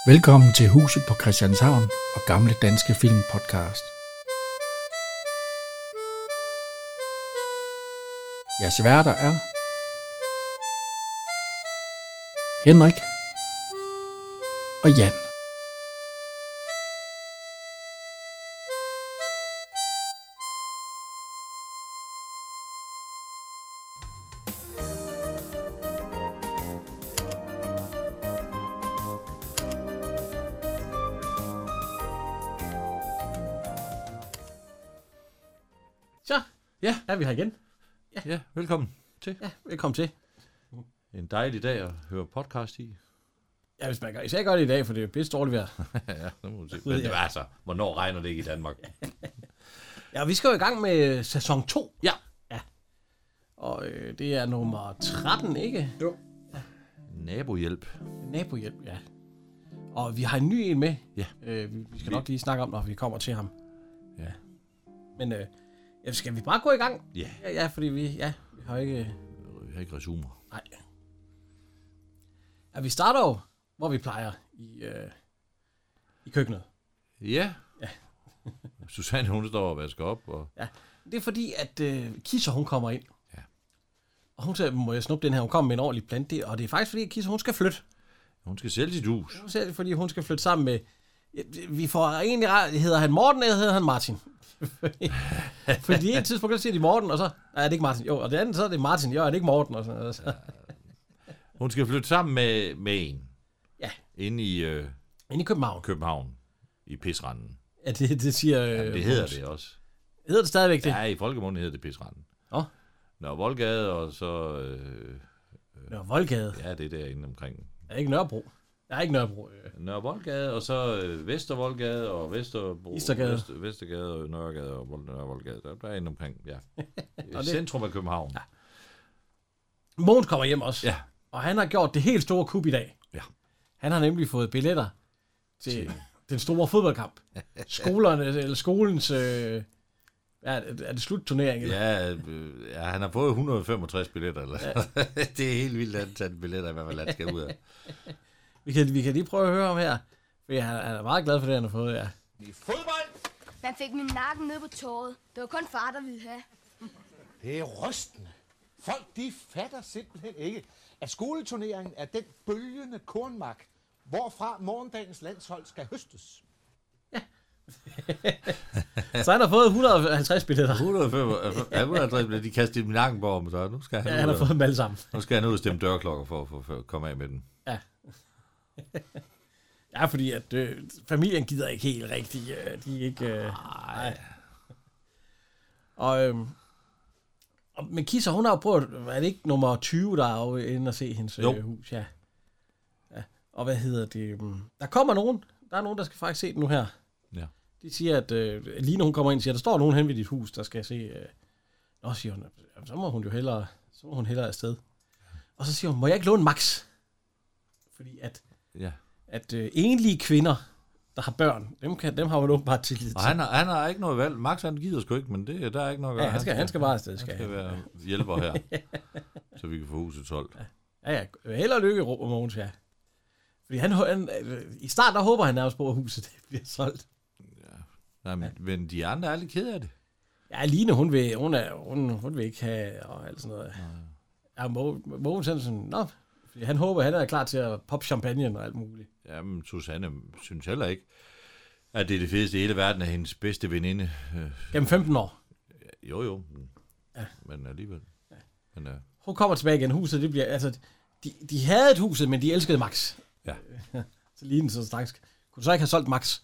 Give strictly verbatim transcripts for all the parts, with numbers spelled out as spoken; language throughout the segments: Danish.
Velkommen til Huset på Christianshavn og Gamle Danske Film Podcast. Jeres værter er Henrik og Jan. Så, ja, er vi her igen. Ja, ja velkommen til. Ja, velkommen til. En dejlig dag at høre podcast i. Ja, hvis man gør, især gør det i dag, for det er jo bedst dårligt vejr. Ja, det må du se. Men det var altså, hvornår regner det ikke i Danmark? Ja, vi skal jo i gang med sæson to. Ja. Ja. Og øh, det er nummer tretten, ikke? Jo. Ja. Nabohjælp. Nabohjælp, ja. Og vi har en ny en med. Ja. Øh, vi, vi skal nok lige snakke om, når vi kommer til ham. Ja. Men øh, ja, skal vi bare gå i gang? Ja. Ja, ja fordi vi, ja, vi har ikke... Vi har ikke resumer. Nej. Ja, vi starter jo, hvor vi plejer, i, øh, i køkkenet. Ja. Ja. Susanne, hun står og vasker op. Og... Ja, det er fordi, at øh, Kisser, hun kommer ind. Ja. Og hun siger, må jeg snuppe den her, hun kommer med en ordentlig plante. Og det er faktisk fordi, at Kisser, hun skal flytte. Hun skal sælge sit hus. Hun siger, fordi hun skal flytte sammen med... Vi får egentlig ret, hedder han Morten, eller hedder han Martin? Fordi i et tidspunkt, så siger de Morten, og så... Nej, er det ikke Martin? Jo, og det andet, så er det Martin. Jo, er det ikke Morten? Og sådan, og så. Hun skal flytte sammen med, med en. Ja. Inde i øh, Inde i København. København. I Pisranden. Ja, det, det siger... Øh, Ja, det hedder det også. Hedder det stadigvæk det? Ja, i folkemunden hedder det Pisranden. Nå. Nå, Voldgade, og så... Øh, Nå, Voldgade. ja, det er derinde omkring. Er ikke Nørrebro? Der er ikke Nørrebro. Øh. Nørre Voldgade, og så øh, Vestervoldgade, og Vesterbro, Istergade. Vester, Vestergade, og Nørregade, og Vold, Nørre Voldgade. Der, der er en omkring, ja. det- Centrum af København. Ja. Mogens kommer hjem også. Ja. Og han har gjort det helt store kup i dag. Ja. Han har nemlig fået billetter til, til. den store fodboldkamp. Skolerne, eller skolens... Øh, er, er det slutturnering? Eller? Ja, øh, ja, han har fået et hundrede og femogtres billetter. Eller? Ja. Det er helt vildt antal billetter, hvad man skal ud af. Vi kan, vi kan lige prøve at høre ham her. For han, han er meget glad for det, han har fået, ja. I fodbold! Man fik min nakken ned på tåret. Det var kun far, der ville have. Det er rystende. Folk, de fatter simpelthen ikke, at skoleturneringen er den bølgende kornmark, hvorfra morgendagens landshold skal høstes. Så han har fået et hundrede og halvtreds billetter. et hundrede og femoghalvtreds ja, et hundrede og halvtreds billetter, de kastede dem i nakken på ham, så nu skal han, Ja, ud, han har fået dem alle sammen. nu skal han ud og stemme dørklokker for, for, for at komme af med den. Ja. Ja, fordi at øh, familien gider ikke helt rigtigt. Øh, de er ikke... Øh, nej. Og, øh, og men Kisser, hun har jo prøvet... Er det ikke nummer tyve, der er jo inde og se hendes øh, hus? Ja. Ja. Og hvad hedder det? Øh, der kommer nogen. Der er nogen, der skal faktisk se det nu her. Ja. De siger, at øh, lige når hun kommer ind, siger, der står nogen hen ved dit hus, der skal se... Øh, Nå, siger hun, så må hun jo hellere, så må hun hellere afsted. Og så siger hun, må jeg ikke låne Max? Fordi at... Ja. at øh, enlige kvinder, der har børn, dem, kan, dem har man åbenbart tillid til. Og han har, han har ikke noget valg. Max, han gider sgu ikke, men det, der er ikke noget at gøre. Ja, han skal, han skal bare afsted. Han Skal skal være hjælper her, så vi kan få huset solgt. Ja, ja. Held og lykke, råber Mogens, ja. Fordi han, han, øh, i starten, der håber han nærmest på, at huset det bliver solgt. Nej, men, ja. men de andre er lidt kede af det. Ja, Line, hun vil, hun, er, hun, hun vil ikke have, og alt sådan noget. Ja, ja Mogens er sådan, nå, fordi han håber, han er klar til at poppe champagne og alt muligt. Jamen, Susanne synes heller ikke, at det er det fedeste i hele verden, at hendes bedste veninde. Øh, Gennem femten år. jo, jo. Ja. Men alligevel. Ja. Men, øh, Hun kommer tilbage igen. Huset, det bliver, altså, de, de havde et huset, men de elskede Max. ja. Så Line så straks, kunne du så ikke have solgt Max?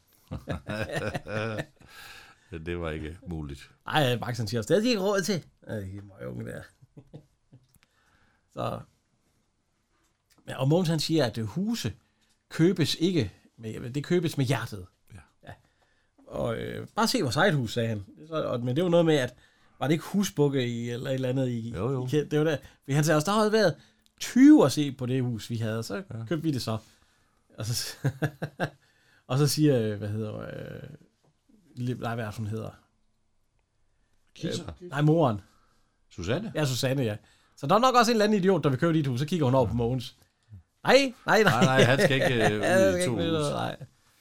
det var ikke muligt. Nej, Max han siger, det er de ikke råd til. Ja, det er meget unge der. Så. Ja, og Mogens han siger, at huse købes ikke, med, det købes med hjertet. Ja. Ja. Og øh, bare se vores eget hus, sagde han. Så, og, men det var noget med, at var det ikke husbukke i, eller et eller andet i... Jo, jo. I, det var der. Fordi han sagde også, der havde været tyve at se på det hus, vi havde. Så ja. Købte vi det så. Og så, og så siger, hvad hedder... Øh, nej, hvad er det, hun hedder? Kisser? Øh, nej, moren. Susanne? Ja, Susanne, ja. Så der er nok også en eller anden idiot, der vil købe dit hus. Så kigger hun over på Mogens. Nej, nej, nej. Nej, nej, han skal ikke øh, ud Ja, i ikke to noget, hus. nej.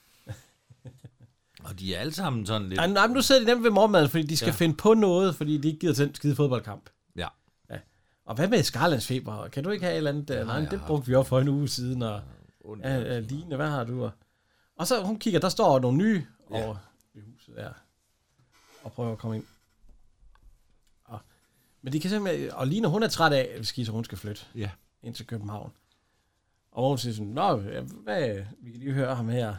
Og de er alle sammen sådan lidt... Nej, nej, men nu sidder de nemt ved morgenmaden, fordi de skal ja. finde på noget, fordi de ikke gider til en skide fodboldkamp. Ja. Ja. Og hvad med skarlandsfeber? Kan du ikke have et eller andet? Det Nej, har jeg det haft. brugte vi op for en uge siden. Og, Ondt. ja, Line, hvad har du? Og så hun kigger, der står nogle nye Ja. over i huset der. Og prøver at komme ind. Og, men de kan simpelthen... Og Line, hun er træt af, hvis Kisser, hun skal flytte Ja. ind til København. Og hun siger sådan, nå, hvad, vi kan lige høre ham her.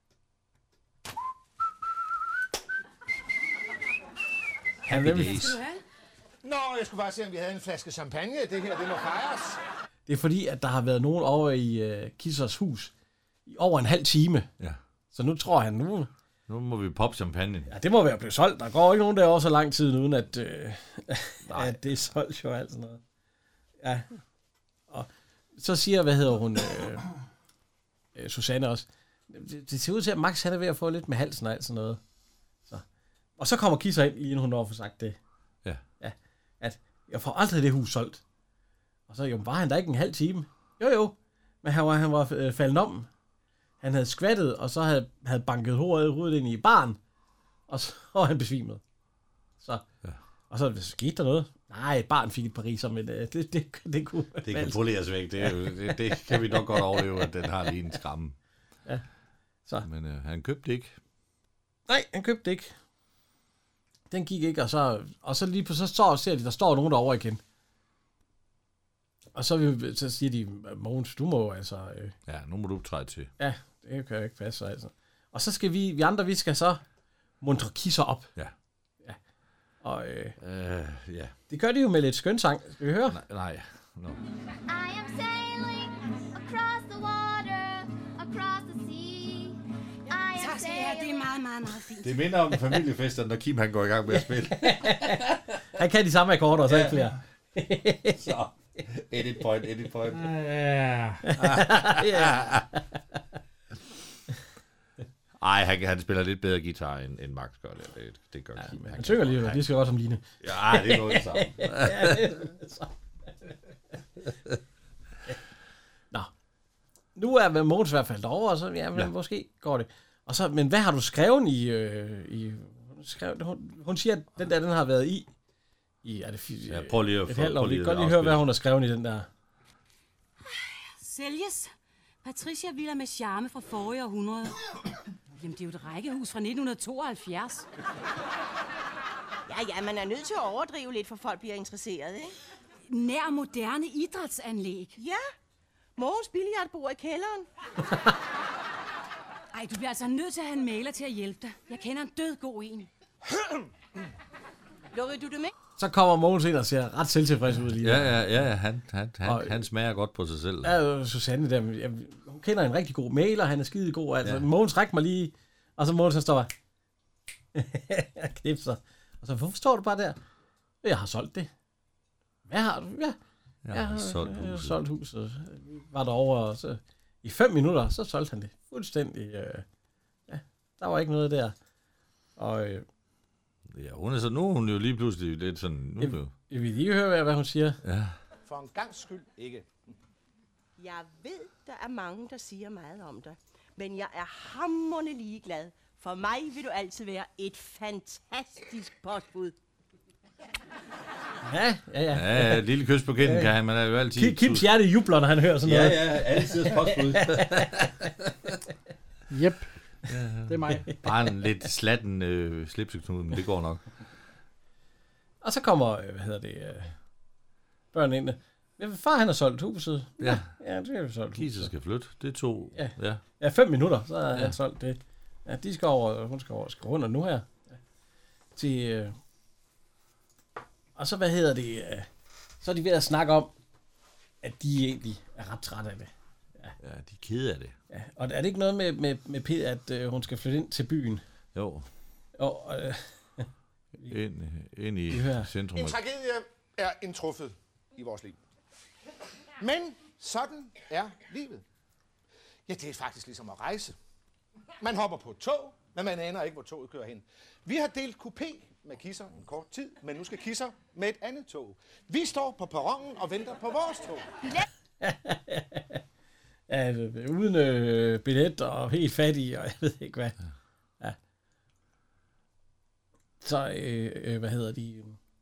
Happy days. Nå, jeg skulle bare se, om vi havde en flaske champagne. Det her, det må fejres. Det er fordi, at der har været nogen over i uh, Kissers hus i over en halv time. Ja. Så nu tror han, nu... Nu må vi poppe champagne. Ja, det må være blevet solgt. Der går ikke nogen der over så lang tid, uden at, øh, at det er solgt jo alt sådan noget. Ja. Og så siger, hvad hedder hun, øh, øh, Susanne også, det, det ser ud til, at Max han er ved at få lidt med halsen og alt sådan noget. Så. Og så kommer Kisser ind, lige inden hun når for sagt det. Ja. Ja. At jeg får aldrig det hus solgt. Og så, jo, var han der ikke en halv time? Jo, jo. Men han var, han var øh, faldet om. Han havde skvattet, og så havde, havde banket hovedet, hovedet ind i baren, og så var han besvimet. Så. Ja. Og så skete der noget. Nej, et barn fik et pariser, men øh, det, det, det, det kunne... Det kan poleres væk. Det, er jo, det, det kan vi nok godt overleve, at den har lige en skræmme. Ja. Så. Men øh, han købte ikke. Nej, han købte ikke. Den gik ikke, og så, og så lige på så står, ser de, der står nogen derovre igen. Og så, vil, så siger de, Mogens, du må altså... Øh, Ja, nu må du træde til. ja, det kan jo ikke passe, altså. Og så skal vi, vi andre, vi skal så muntre Kisser op. Ja. Ja. Og øh, Øh, ja. det gør de jo med lidt skønsang. Skal vi høre? Nej, nej. No. I am sailing across the water, across the sea. I am Tak skal I have. Det er meget, meget, meget fint. Det minder om familiefesten, når Kim han går i gang med at spille. Han kan de samme akkorder, og så ikke flere. Så, edit point, edit point. Ja. Ej, han, han spiller lidt bedre guitar, end, end Max gør det. Det, det gør Ja, Kim. han synger lige, det skal også som Line. Ja, det er noget det samme. Ja, det er så. Nå. Nu er Mogens i hvert fald derovre, og så ja, men Ja. måske går det. Og så, men hvad har du skrevet i... Øh, i hun, skrev, hun, hun siger, at den der, den har været i... i er det fi, Ja, prøv lige at et få- halvt år. prøv Vi lige kan godt at lige høre, hvad afspille. hun har skrevet i den der. Sælges. Patricia Villa med charme fra forrige århundrede. Jamen, det er jo et rækkehus fra nitten tooghalvfjerds. Ja, ja, man er nødt til at overdrive lidt, for folk bliver interesseret, ikke? Nær moderne idrætsanlæg. Ja, Mogens billiardbord i kælderen. Ej, du bliver altså nødt til at have en maler til at hjælpe dig. Jeg kender en død god en. Lukkede du det med? Så kommer Mogens ind og ser ret selvtilfreds ud lige. Ja, ja, ja, ja. Han, han, han, Og- han smager godt på sig selv. Ja, Susanne der, jeg, hun kender en rigtig god maler, han er skide god, altså. Ja. Mogens, ræk mig lige, og så Mogens, han står bare, knipser. Og så, hvorfor står du bare der? Jeg har solgt det. Hvad har du? Ja, Jeg har solgt jeg har huset. solgt huset. Vi var derovre, og så i fem minutter, så solgte han det. Fuldstændig, øh, ja, der var ikke noget der. Og øh, Ja, hun er så, nu er hun jo lige pludselig lidt sådan... Nu, er det jo- jeg vil lige høre, hvad, hvad hun siger. ja. For en gangs skyld ikke. Jeg ved, der er mange, der siger meget om dig. Men jeg er hamrende ligeglad. For mig vil du altid være et fantastisk postbud. Ja, ja, ja. Ja, ja, et lille kys på kinden kan han, man er jo altid... Kim, Kims hjerte jubler, når han hører sådan Ja, noget. ja, altid postbud. Yep, det er mig. Bare en lidt slatten øh, slipseknude, men det går nok. Og så kommer, øh, hvad hedder det, øh, børnene ind. Ja, far, han har solgt huset. Ja, Ja, det er jo solgt Kise huset. skal flytte. Det er to. Ja. Ja. Ja, fem minutter, så har Ja. han solgt det. Ja, de skal over, hun skal over, skal under nu her. Ja. Til, øh, og så, hvad hedder det, øh, så er de ved at snakke om, at de egentlig er ret trætte af det. Ja, de er kede af det. Ja. Og er det ikke noget med, med, med P, at øh, hun skal flytte ind til byen? Jo, Og, øh, ind, ind i Vi hører. centrum. En tragedie er indtruffet i vores liv. Men sådan er livet. Ja, det er faktisk ligesom at rejse. Man hopper på et tog, men man aner ikke, hvor toget kører hen. Vi har delt kupé med Kisser en kort tid, men nu skal Kisser med et andet tog. Vi står på perronen og venter på vores tog. Ja, uden øh, billet og helt fattig, og jeg ved ikke hvad. Ja. Så, øh, øh, hvad hedder de?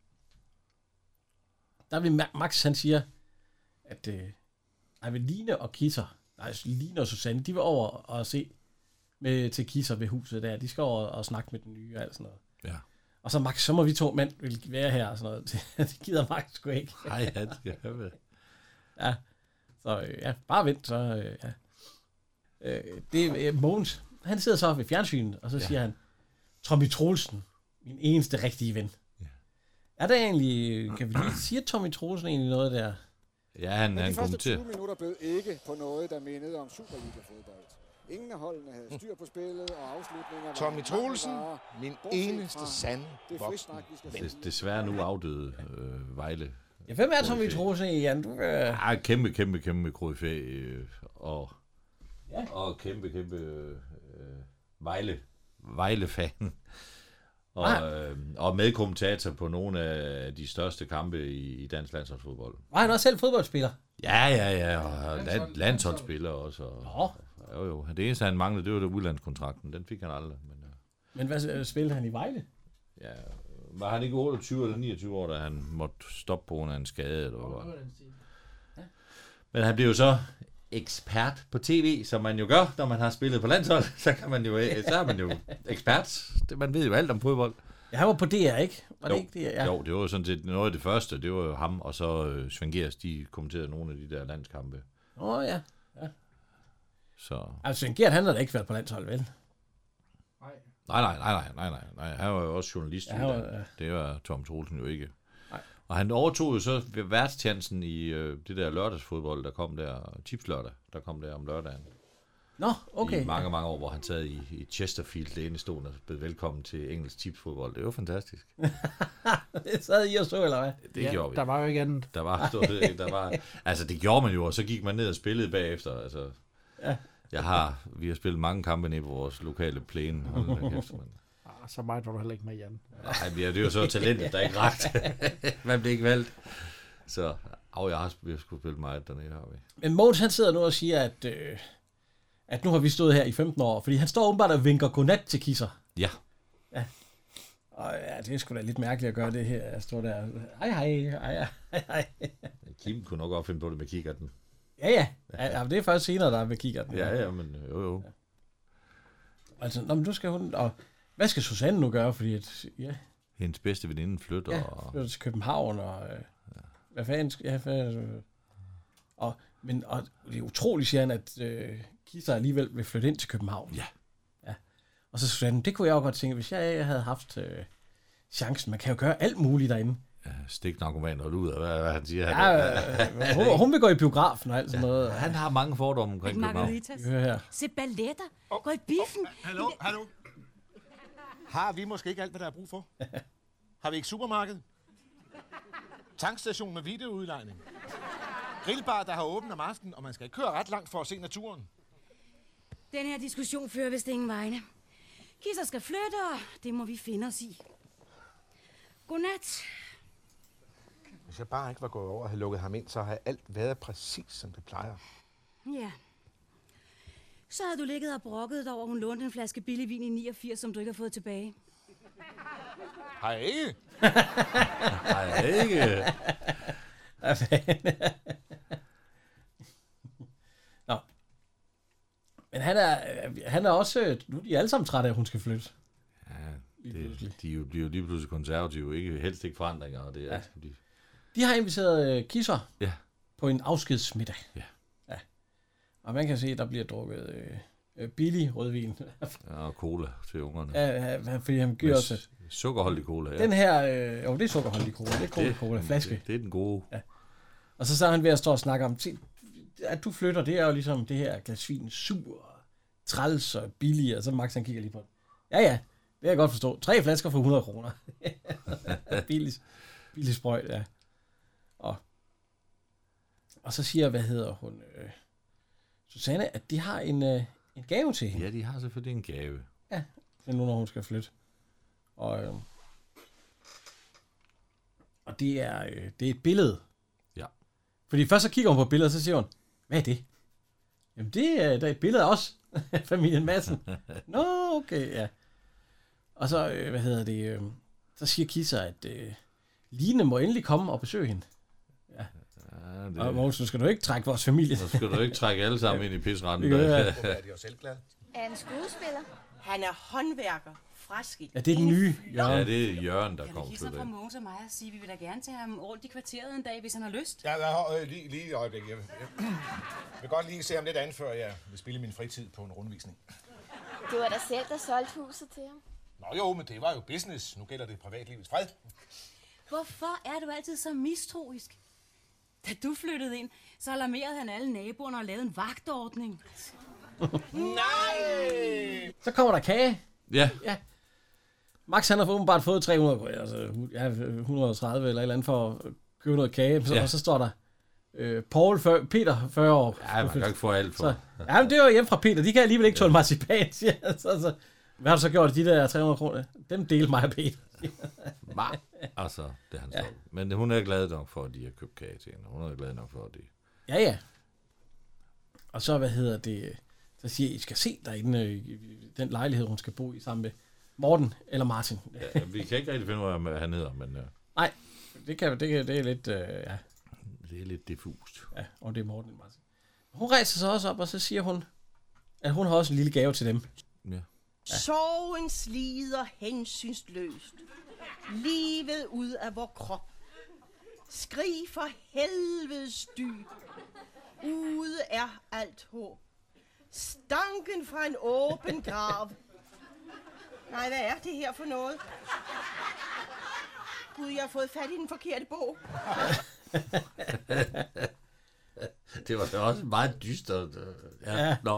Der vil Max, han siger, at øh, jeg vil Line og Kisser, nej, Line og Susanne, de vil over og se med, til Kisser ved huset der. De skal over og snakke med den nye og alt sådan noget. Ja. Og så Max, så må vi to mænd vil være her og sådan noget. Det gider Max sgu ikke. Nej, han skal have det. Ja, så øh, ja, bare vent, så øh, ja. Øh, det er øh, Mogens, han sidder så ved fjernsynet, og så ja. siger han, Tommy Troelsen, min eneste rigtige ven. Ja. Er der egentlig, kan vi lige sige, Tommy Troelsen egentlig noget der? Ja, han, han de første kommenterer. tyve minutter bød ikke på noget, der mindede om Superliga-fodbold. Ingen af holdene havde styr på spillet, og afslutninger... Tommy Troelsen, min eneste sande voksen. Des, desværre nu afdøde øh, Vejle. Ja, hvem er Tommy Troelsen i, Jan? Du, øh... Ja, kæmpe, kæmpe, kæmpe kryfæ, øh, og, ja. og kæmpe, kæmpe øh, Vejle, Vejle-fan. Og, ah. øh, og medkommentator på nogle af de største kampe i, i dansk landsholdsfodbold. Var han også selv fodboldspiller? Ja, ja, ja, og land, landsholdsspiller også. Og, jo, jo. Det eneste, han manglede, det var det udlandskontrakten. Den fik han aldrig. Men, ja. men hvad spillede han i Vejle? Ja, var han ikke otteogtyve eller niogtyve år, da han måtte stoppe på grund af en skade? Eller hvad? Ja. Men han blev jo så ekspert på tv, som man jo gør, når man har spillet på landshold. Så, kan man jo, så er man jo ekspert. Det, man ved jo alt om fodbold. Ja, han var på D R, ikke? Var jo, det ikke det? Ja. Jo, det var jo sådan set noget af det første. Det var jo ham, og så øh, Svend Gers, de kommenterede nogle af de der landskampe. Åh, oh, ja. ja. Så... Altså, Svend Gert, han har da ikke været på landshold, vel? Nej. Nej, nej, nej, nej, nej, nej. Han var jo også journalist. Ja, var, ja. Det var Tom Troelsen jo ikke. Nej. Og han overtog jo så værtstjansen i øh, det der lørdagsfodbold, der kom der, tipslørdag, der kom der om lørdagen. Nå, okay. I mange, mange år, hvor han sad i, i Chesterfield lænestolen og blev velkommen til engelsk tipsfodbold. Det var fantastisk. Det sad I og så, eller hvad? Det ja, gjorde vi. Der var jo ikke andet. Der var, der, der var, altså det gjorde man jo, og så gik man ned og spillede bagefter. Altså, ja. jeg har, vi har spillet mange kampe nede på vores lokale plæne. Ah, så meget var du heller ikke med, Jan. Nej, det er jo så talentet, der ikke ret. Man blev ikke valgt. Så, af jeg har vi har sgu spillet meget dernede, har vi. Men Mogens, han sidder nu og siger, at, øh, at nu har vi stået her i femten år, fordi han står åbenbart og vinker godnat til Kisser. Ja. Ja. Og ja, det er sgu da lidt mærkeligt at gøre det her. Jeg står der, hej hej, hej hej, hej. Kim kunne nok godt finde på det med kikkerten. Ja, ja. ja, ja det er først senere, der er med kikkerten. Ja, ja, men jo, jo. Ja. Altså, nå, men nu skal hun... Og hvad skal Susanne nu gøre, fordi at... Ja, hendes bedste veninde flytter. ja, og... flytter til København, og... Øh, ja. Hvad fanden skal... Ja, hvad, øh, og, men og det er utroligt, siger han, at øh, Kisser alligevel vil flytte ind til København. Ja. Ja. Og så Susanne, det kunne jeg jo godt tænke, hvis jeg havde haft øh, chancen. Man kan jo gøre alt muligt derinde. Ja, stik narkomaner ud af, hvad, hvad han siger. Ja, øh, hun, hun vil gå i biografen og alt sådan ja, noget. Han har mange fordomme omkring København. Her. Se balletter. Gå i biffen. Hallo, hallo. Har vi måske ikke alt, hvad der er brug for? Har vi ikke supermarked? Tankstation med videoudlejning? Grillbar, der har åbent om aftenen, og man skal ikke køre ret langt for at se naturen? Den her diskussion fører vist ingen vegne. Kisser skal flytte, og det må vi finde os i. Godnat. Hvis jeg bare ikke var gået over og havde lukket ham ind, så havde alt været præcis, som det plejer. Ja. Så havde du ligget og brokket over, hun lånte en flaske billig vin i niogfirs, som du ikke har fået tilbage. Har jeg ikke? Har jeg ikke? Nå. Men han er, han er også... Nu er de alle sammen trætte af, at hun skal flytte. Ja, det, de jo, bliver jo lige pludselig konservative. Ikke, helst ikke forandringer. Og det er, ja. de... de har inviteret uh, Kisser ja. på en afskedsmiddag. Ja. Ja. Og man kan se, at der bliver drukket øh, billig rødvin. Ja, og cola til ungerne. Ja, ja, fordi han giver også... Sukkerholdig cola, ja. Den her... Øh, jo, det er sukkerholdig cola. Det er cola, cola flaske. Det, det er den gode. Ja. Og så så han ved at stå og snakke om... At du flytter, det er jo ligesom det her glas vin. Sur, træls og billig. Og så Max, han kigger lige på det. Ja, ja. Det kan jeg godt forstå. Tre flasker for hundrede kroner. billig, billig sprøjt, ja. Og, og så siger, hvad hedder hun... Øh, Susanne, at de har en, øh, en gave til hende. Ja, de har selvfølgelig en gave. Ja, det er nu, når hun skal flytte. Og, øh, og det er, øh, det er et billede. Ja. Fordi først så kigger hun på billedet, og så siger hun, hvad er det? Jamen, det er der er et billede også. Familien Madsen. Nå, okay, ja. Og så, øh, hvad hedder det, øh, så siger Kisser, at øh, Line må endelig komme og besøge hende. Ja. Ja, det... Og Mogens, nu skal du ikke trække vores familie. Så skal du ikke trække alle sammen ind i pisretten. Ja. Hvorfor er de jo selv glade? Er han skuespiller? Han er håndværker. Fraskilt. Ja, det er den nye Jørgen. Ja, det er Jørgen, der Kan kommer vi til hilse fra det. Mogens og mig og sige, at vi vil da gerne tage ham rundt i kvarteret en dag, hvis han har lyst? Ja, ja øh, lige, lige et øjeblik. Jeg, jeg, jeg vil godt lige se ham lidt an, før jeg vil spille min fritid på en rundvisning. Det var dig selv, der solgte huset til ham. Nå jo, men det var jo business. Nu gælder det privatlivets fred. Hvorfor er du altid så mistroisk? Da du flyttede ind, så alarmerede han alle naboerne og lavede en vagtordning. Nej! Så kommer der kage. Ja. Ja. Max han har åbenbart fået tre hundrede, altså ja, et hundrede og tredive eller et eller andet for at købe noget kage. Så, ja. Og så står der øh, Paul, fyrre, Peter, fyrre år. Ja, man kan ikke få alt for. Så, ja, men det var hjemme fra Peter. De kan alligevel ikke tåle marcipan, siger han. Så, så, hvad har du så gjort? De der tre hundrede kroner, dem delte mig og Peter. Nej. Altså, det er han ja. Men hun er glad nok for, at de har købt kage til hende. Hun er glad nok for, at de... Ja, ja. Og så, hvad hedder det... Så siger I, I skal se derinde i den lejlighed, hun skal bo i sammen med Morten eller Martin. Ja, vi kan ikke rigtig finde ud af, hvad han hedder, men... Uh... Nej, det, kan, det, kan, det er lidt... Uh, ja. Det er lidt diffust. Ja, og det er Morten eller Martin. Hun rejser sig også op, og så siger hun, at hun har også en lille gave til dem. Ja. Ja. Sorgen slider hensynsløst. Livet ud af vor krop. Skrig for helvedes dyb. Ude er alt håb. Stanken fra en åben grav. Nej, hvad er det her for noget? Gud, jeg har fået fat i den forkerte bog. Det var da også meget dystert. Ja, ja. Nå.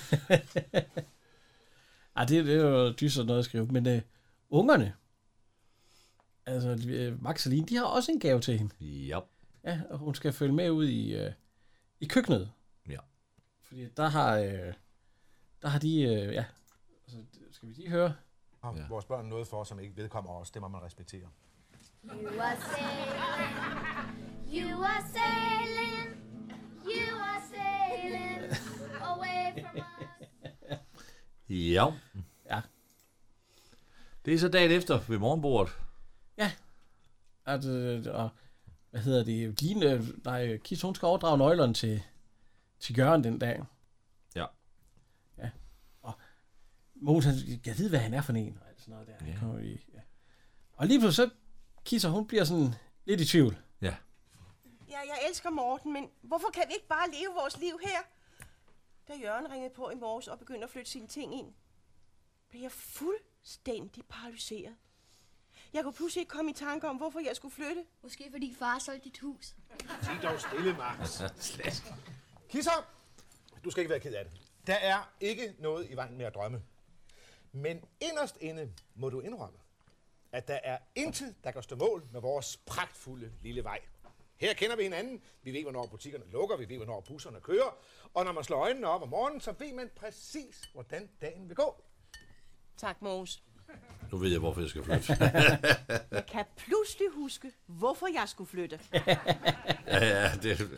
Ej, det, det er jo dystert noget at skrive. Men uh, ungerne, altså uh, Max og Line, de har også en gave til hende. Ja. Ja, og hun skal følge med ud i, uh, i køkkenet. Ja. Fordi der har, uh, der har de, uh, ja, altså, skal vi lige høre? Og ja. Vores børn noget for, som ikke vedkommer os, det må man respektere. You are sailing, you are sailing, you are sailing away from us. Ja. Ja. Det er så dagen efter ved morgenbordet. Ja. At, øh, og, hvad hedder det? Line, nej, Kis, hun skal overdrage nøglerne til, til Jørgen den dag. Ja. Ja. Og Mogens, han kan vide, hvad han er for en. Og alt sådan noget der. Ja. Han kommer i, ja. Og lige pludselig så Kisser, hun bliver sådan lidt i tvivl. Ja. Ja, jeg elsker Morten, men hvorfor kan vi ikke bare leve vores liv her? Da Jørgen ringede på i morges og begyndte at flytte sine ting ind, blev jeg fuldstændig paralyseret. Jeg kunne pludselig ikke komme i tanke om, hvorfor jeg skulle flytte. Måske fordi far solgte dit hus. Sig dog stille, Max. Kisser, du skal ikke være ked af det. Der er ikke noget i vejen med at drømme. Men inderst inde må du indrømme, at der er intet, der kan stå mål med vores pragtfulde lille vej. Her kender vi hinanden. Vi ved, hvornår butikkerne lukker. Vi ved, hvornår busserne kører. Og når man slår øjnene op om morgenen, så ved man præcis, hvordan dagen vil gå. Tak, Mogens. Nu ved jeg, hvorfor jeg skal flytte. Jeg kan pludselig huske, hvorfor jeg skulle flytte. ja, ja, det...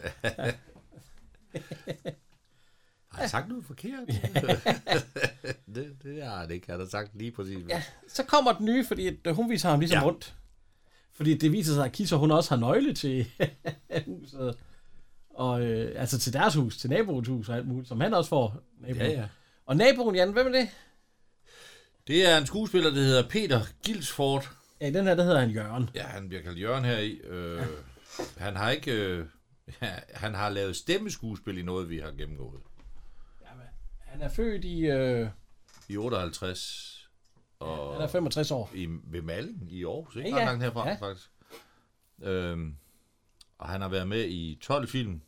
Har jeg sagt noget forkert? det, det har han ikke. Han har sagt lige præcis. Ja, så kommer den nye, fordi at hun viser ham ligesom ja. rundt. Fordi det viser sig, at Kisser, hun også har nøgle til huset. Og øh, altså til deres hus, til naboens hus og alt muligt, som han også får. Naboen. Ja, ja. Og naboen, Jan, hvem er det? Det er en skuespiller, der hedder Peter Gilsford. Ja, i den her, der hedder han Jørgen. Ja, han bliver kaldt Jørgen her i. Øh, ja. Han har ikke... Øh, ja, han har lavet stemmeskuespil i noget, vi har gennemgået. Jamen, han er født i... Øh... I otteoghalvtreds. Og ja, han er femogtres år. I, ved Malling i Aarhus, ikke? Ja, Ret langt herfra, ja. faktisk. Øhm, og han har været med i tolv film.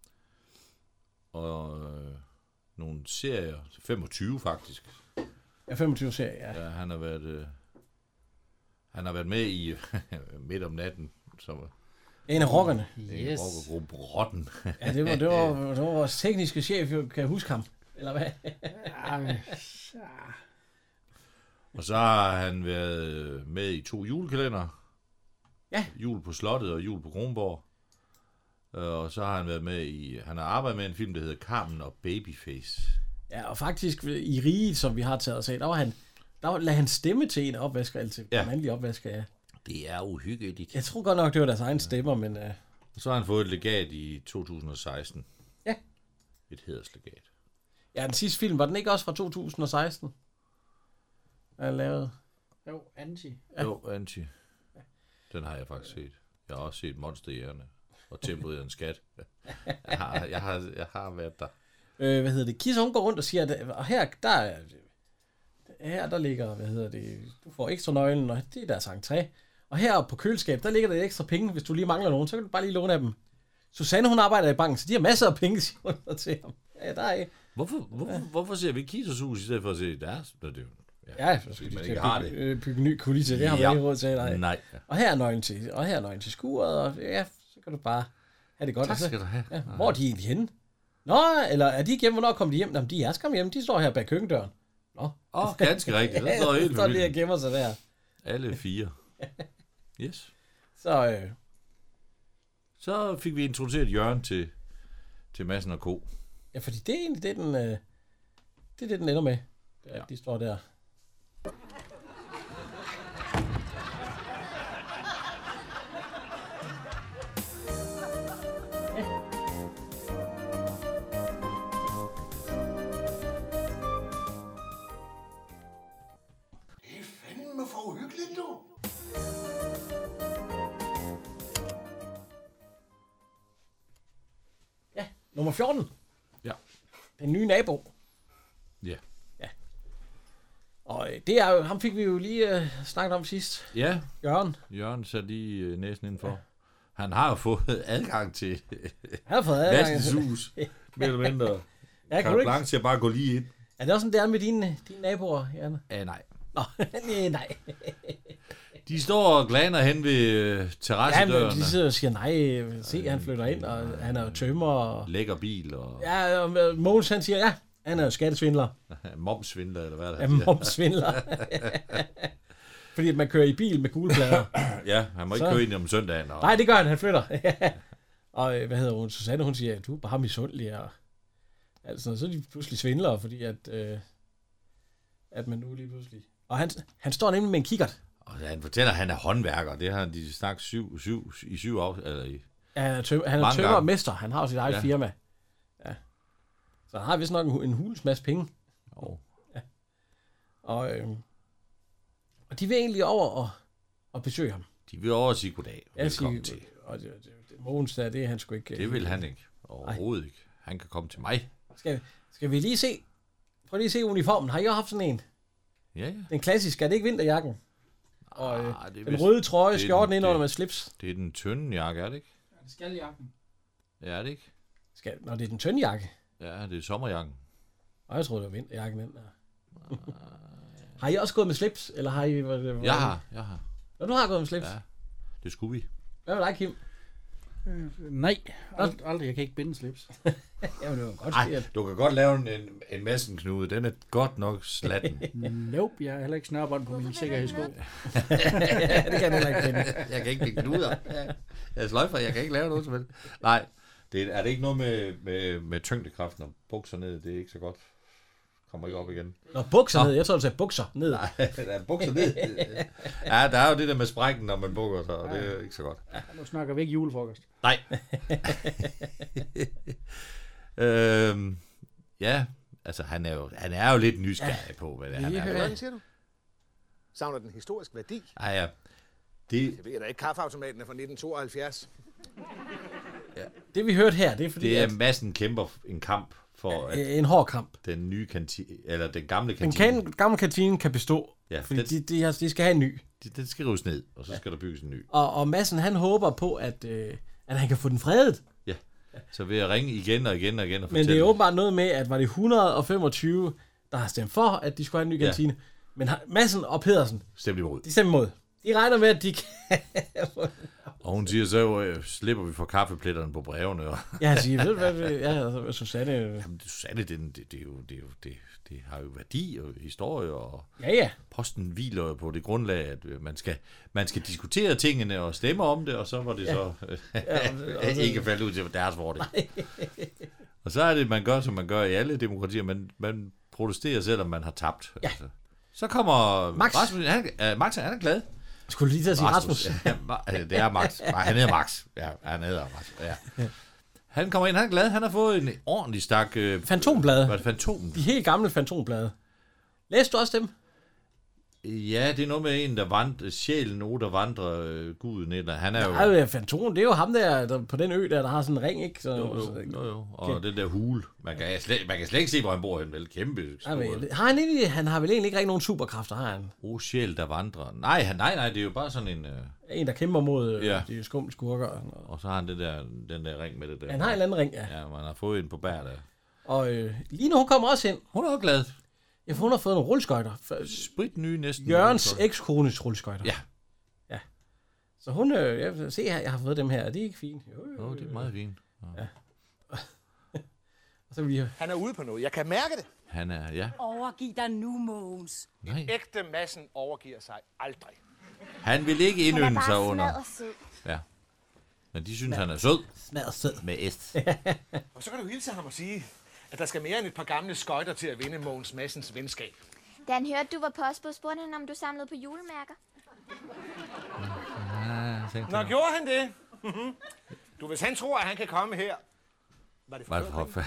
Og øh, nogle serier. femogtyve, faktisk. Ja, femogtyve serier, ja. Ja, han har været... Øh, han har været med i Midt om natten, som en af rockerne. En yes. rockergruppe Rotten. Ja, det var, det, var, det var vores tekniske chef, kan jeg huske ham. Eller hvad? ja, og så har han været med i to julekalender. Ja. Jul på Slottet og Jul på Kronborg. Og så har han været med i... Han har arbejdet med en film, der hedder Carmen og Babyface. Ja, og faktisk i Riget, som vi har taget os af, der var han... Der lagde han stemme til en opvasker, altså Ja. en mandlig opvasker, ja. Det er uhyggeligt. Jeg tror godt nok, det var deres egen stemmer, men... Uh... Og så har han fået et legat i to tusind og seksten. Ja. Et hæderslegat. Ja, den sidste film, var den ikke også fra to tusind og seksten? Han lavede... Jo, Anti. Ja. Jo, Anti. Den har jeg faktisk set. Jeg har også set Monsterjægerne og Tempoet en skat. Jeg har, jeg har, jeg har været der. Øh, hvad hedder det? Kissa, hun går rundt og siger, at og her, der er... Her, der ligger, hvad hedder det... Du får ekstra nøglen, og det er deres entré. Og her på køleskab, der ligger der ekstra penge. Hvis du lige mangler nogen, så kan du bare lige låne af dem. Susanne, hun arbejder i banken, så de har masser af penge, siger hun så til ham. Ja, der er... Hvorfor, hvorfor, ja. hvorfor ser vi Kissas hus i stedet for at se deres? Det er jo, ja, ja, fordi man de ikke har bygge, det. øh, bygge en ny kulisse, det har man Ja. ikke råd til. Nej. Nej. Og her er nøglen til, og her er nøglen til skuret, og ja, så kan du bare have det godt. Tak Og så- skal du have. Ja, hvor er de egentlig henne? Nå, eller er de ikke hjemme? Hvornår kommer de hjem? Jamen, de er skam hjemme, de står her bag køkkendøren. Nå. Åh, oh, ganske rigtigt. Der står Ja, helt så står de familien. og gemmer sig der. Alle fire. Yes. Så, øh, Så fik vi introduceret Jørgen til, til Madsen og Co. ja, fordi det er egentlig det, den, øh, det er det, den ender med. Ja. De står der. Fanden for uhyggeligt, du. Nummer fjorten. Ja. Den nye nabo. Ja. Ja. Og øh, det er jo, ham fik vi jo lige øh, snakket om sidst. Ja. Jørgen. Jørgen satte lige øh, næsen indenfor. Ja. Han har jo fået adgang til Han har fået adgang. Madsens hus. Mere eller mindre. Ja, kan Carte du ikke- blanche til at bare gå lige ind. Er det også sådan, det er med dine, dine naboer, Janne? Ja, nej. Nå, nej, nej. De står og glaner hen ved øh, Ja, terrassedøren. men de sidder og siger, nej, se, han flytter ind, og han er jo tømmer. Og... Lækker bil og Ja, og øh, Mogens, han siger, ja, han er jo skattesvindler. momsvindler, eller hvad er det? Ja, han siger? momsvindler. Fordi at man kører i bil med gule plader. Ja, han må ikke Så- køre ind om søndagen. Og... Nej, det gør han, han flytter. Og øh, hvad hedder hun? Susanne, hun siger, du er bare misundelig. Og... Altså, så er de pludselig svindlere, fordi at, øh, at man nu lige pludselig... Og han, han står nemlig med en kikkert. Og han fortæller, at han er håndværker. Det har de snakket syv, syv, i syv år. Eller i... Ja, han er, tøm, han er Mange tømmer og gange. mester. Han har jo sit eget Ja. ja. firma. Ja. Så han har vist nok en, hu- en hulens masse penge. Oh. Ja. Og, øh, og de vil egentlig over og, og besøge ham. De vil over og sige goddag. Ja, Velkommen sige, til. og det, det, det, Mogens der, det er han sgu ikke... Det vil han ikke. Overhovedet ikke. Han kan komme til mig. Skal, skal vi lige se... Prøv lige at se uniformen. Har I også haft sådan en? Ja, ja. Den klassiske, er det ikke vinterjakken? Og øh, Ah, det er den vist- røde trøje, det er skjorten den- ind under det- med slips. Det er den tynde jakke, er det ikke? Det skal jakken. Ja, er det ikke? Skal, når det er den tynde jakke. Ja, det er sommerjakken. Og jeg troede, det var vinterjakken. Den der. Har I også gået med slips? Eller har I... Hvad, hvad, Jeg har, jeg har. Nå, du har gået med slips? Ja, det skulle vi. Hvad med dig, Kim? Øh, nej, Ald- aldrig. Jeg kan ikke binde slips. Jamen, det var godt. Nej, du kan godt lave en, en, en massenknude. Den er godt nok slatten. Nope, jeg har heller ikke snørbånd på min sikkerhedssko. Det kan jeg heller ikke finde. Jeg kan ikke binde knuder. Jeg er sløjfer, jeg kan ikke lave noget som helst. Nej, det, er det ikke noget med, med, med tyngdekraften og bukser ned? Det er ikke så godt. Kommer ikke op igen. Nå, bukser ned. Jeg tror, du sagde bukser ned. Nej, der er bukser ned. Ja, der er jo det der med sprækken, når man bukker sig, og det er ikke så godt. Ja, nu snakker vi ikke julefrokost. Nej. øhm, ja, altså han er jo, han er jo lidt nysgerrig på, hvad det er, han er. Hvordan siger du? Savner den historisk værdi? Ej, ja. Det, Jeg ved da ikke, kaffeautomaten er fra nitten tooghalvfjerds. Det vi hørte her, det er fordi, det er at massen kæmper en kamp for at øh, en hård kamp. den nye kantine, eller den gamle Den kantine, kan, gamle kantine kan bestå, Ja, fordi den- de, de, har, de skal have en ny. det, den skal rives ned, og så skal der bygges en ny. Og, og Madsen, han håber på, at, øh, at han kan få den fredet. Ja, så vil jeg ringe igen og igen og igen og Men fortælle. det er åbenbart noget med, at var det et hundrede og femogtyve, der har stemt for, at de skulle have en ny Ja. kantine. Men har- Madsen og Pedersen, Stem imod. de stemmer imod. De regner med, at de kan... Og hun siger, så øh, slipper vi for kaffepletterne på brevene. Og Ja, jeg siger, ved du hvad, det- ja, altså, Susanne... Jamen, Susanne, det, det, det, er jo, det, er jo, det, det har jo værdi og historie, og Ja, ja. posten hviler jo på det grundlag, at øh, man skal, man skal diskutere tingene og stemme om det, og så var det Ja. så øh, Ja, og- og- ikke faldet ud til deres fordel. Og så er det, man gør, som man gør i alle demokratier. Man, man protesterer, selvom man har tabt. Ja. Altså. Så kommer Max. Rasmus. Han, uh, Max, han er glad. Skulle lige til at sige Rasmus. Ja, Ma- det er Max. Nej, han hedder Max. Ja, han hedder Max. Ja. Han kommer ind, han er glad. Han har fået en ordentlig stak... Øh, Fantomblade. Var det Fantom? De helt gamle fantomblade. Læste du også dem? Ja, det er noget med en, der vandrer, sjælen, nogen, der vandrer øh, guden ind. Han er jo... Nej, det er Fantom, det er jo ham der, der på den ø der, der har sådan en ring, ikke? Så, Jo, jo, jo, jo. Og okay. Den der hule. Man kan, slet, man kan slet ikke se, hvor han bor hen. Vel, kæmpe. Nej, men, har han, egentlig, han har vel egentlig ikke rigtig nogen superkræfter, har han? O sjæl, der vandrer. Nej, han, nej, nej, det er jo bare sådan en... Øh, En, der kæmper mod øh, Ja. de skumle skurker. og så har han det der, den der ring med det der. Han har en eller anden ring, ja. Ja, man har fået en på bær der. Og øh, Line, hun kommer også ind. Hun er også glad. Ja, for hun har fået nogle rulleskøjter. Sprit nye næsten. Jørgens ekskones rulleskøjter. Ja. Ja. Så hun, øh, jeg vil se her, jeg har fået dem her. Er de ikke fine? Jo, jo, Jo, det er meget fint. Ja. Og så vi Han er ude på noget. Jeg kan mærke det. Han er, ja. Overgiv dig nu, Mogens. Nej. Ægte massen overgiver sig aldrig. Han vil ikke Han er indynde sig bare under. smadret sød. Ja. Men de synes, han er sød. smadret sød. Med S. Og så kan du hilse ham og sige, at der skal mere end et par gamle skøjter til at vinde Mogens Madsens venskab. Da han hørte, du var postbud, spurgte han, om du samlede på julemærker. Nå, gjorde han det? Du, hvis han tror, at han kan komme her... Var det for, Var det for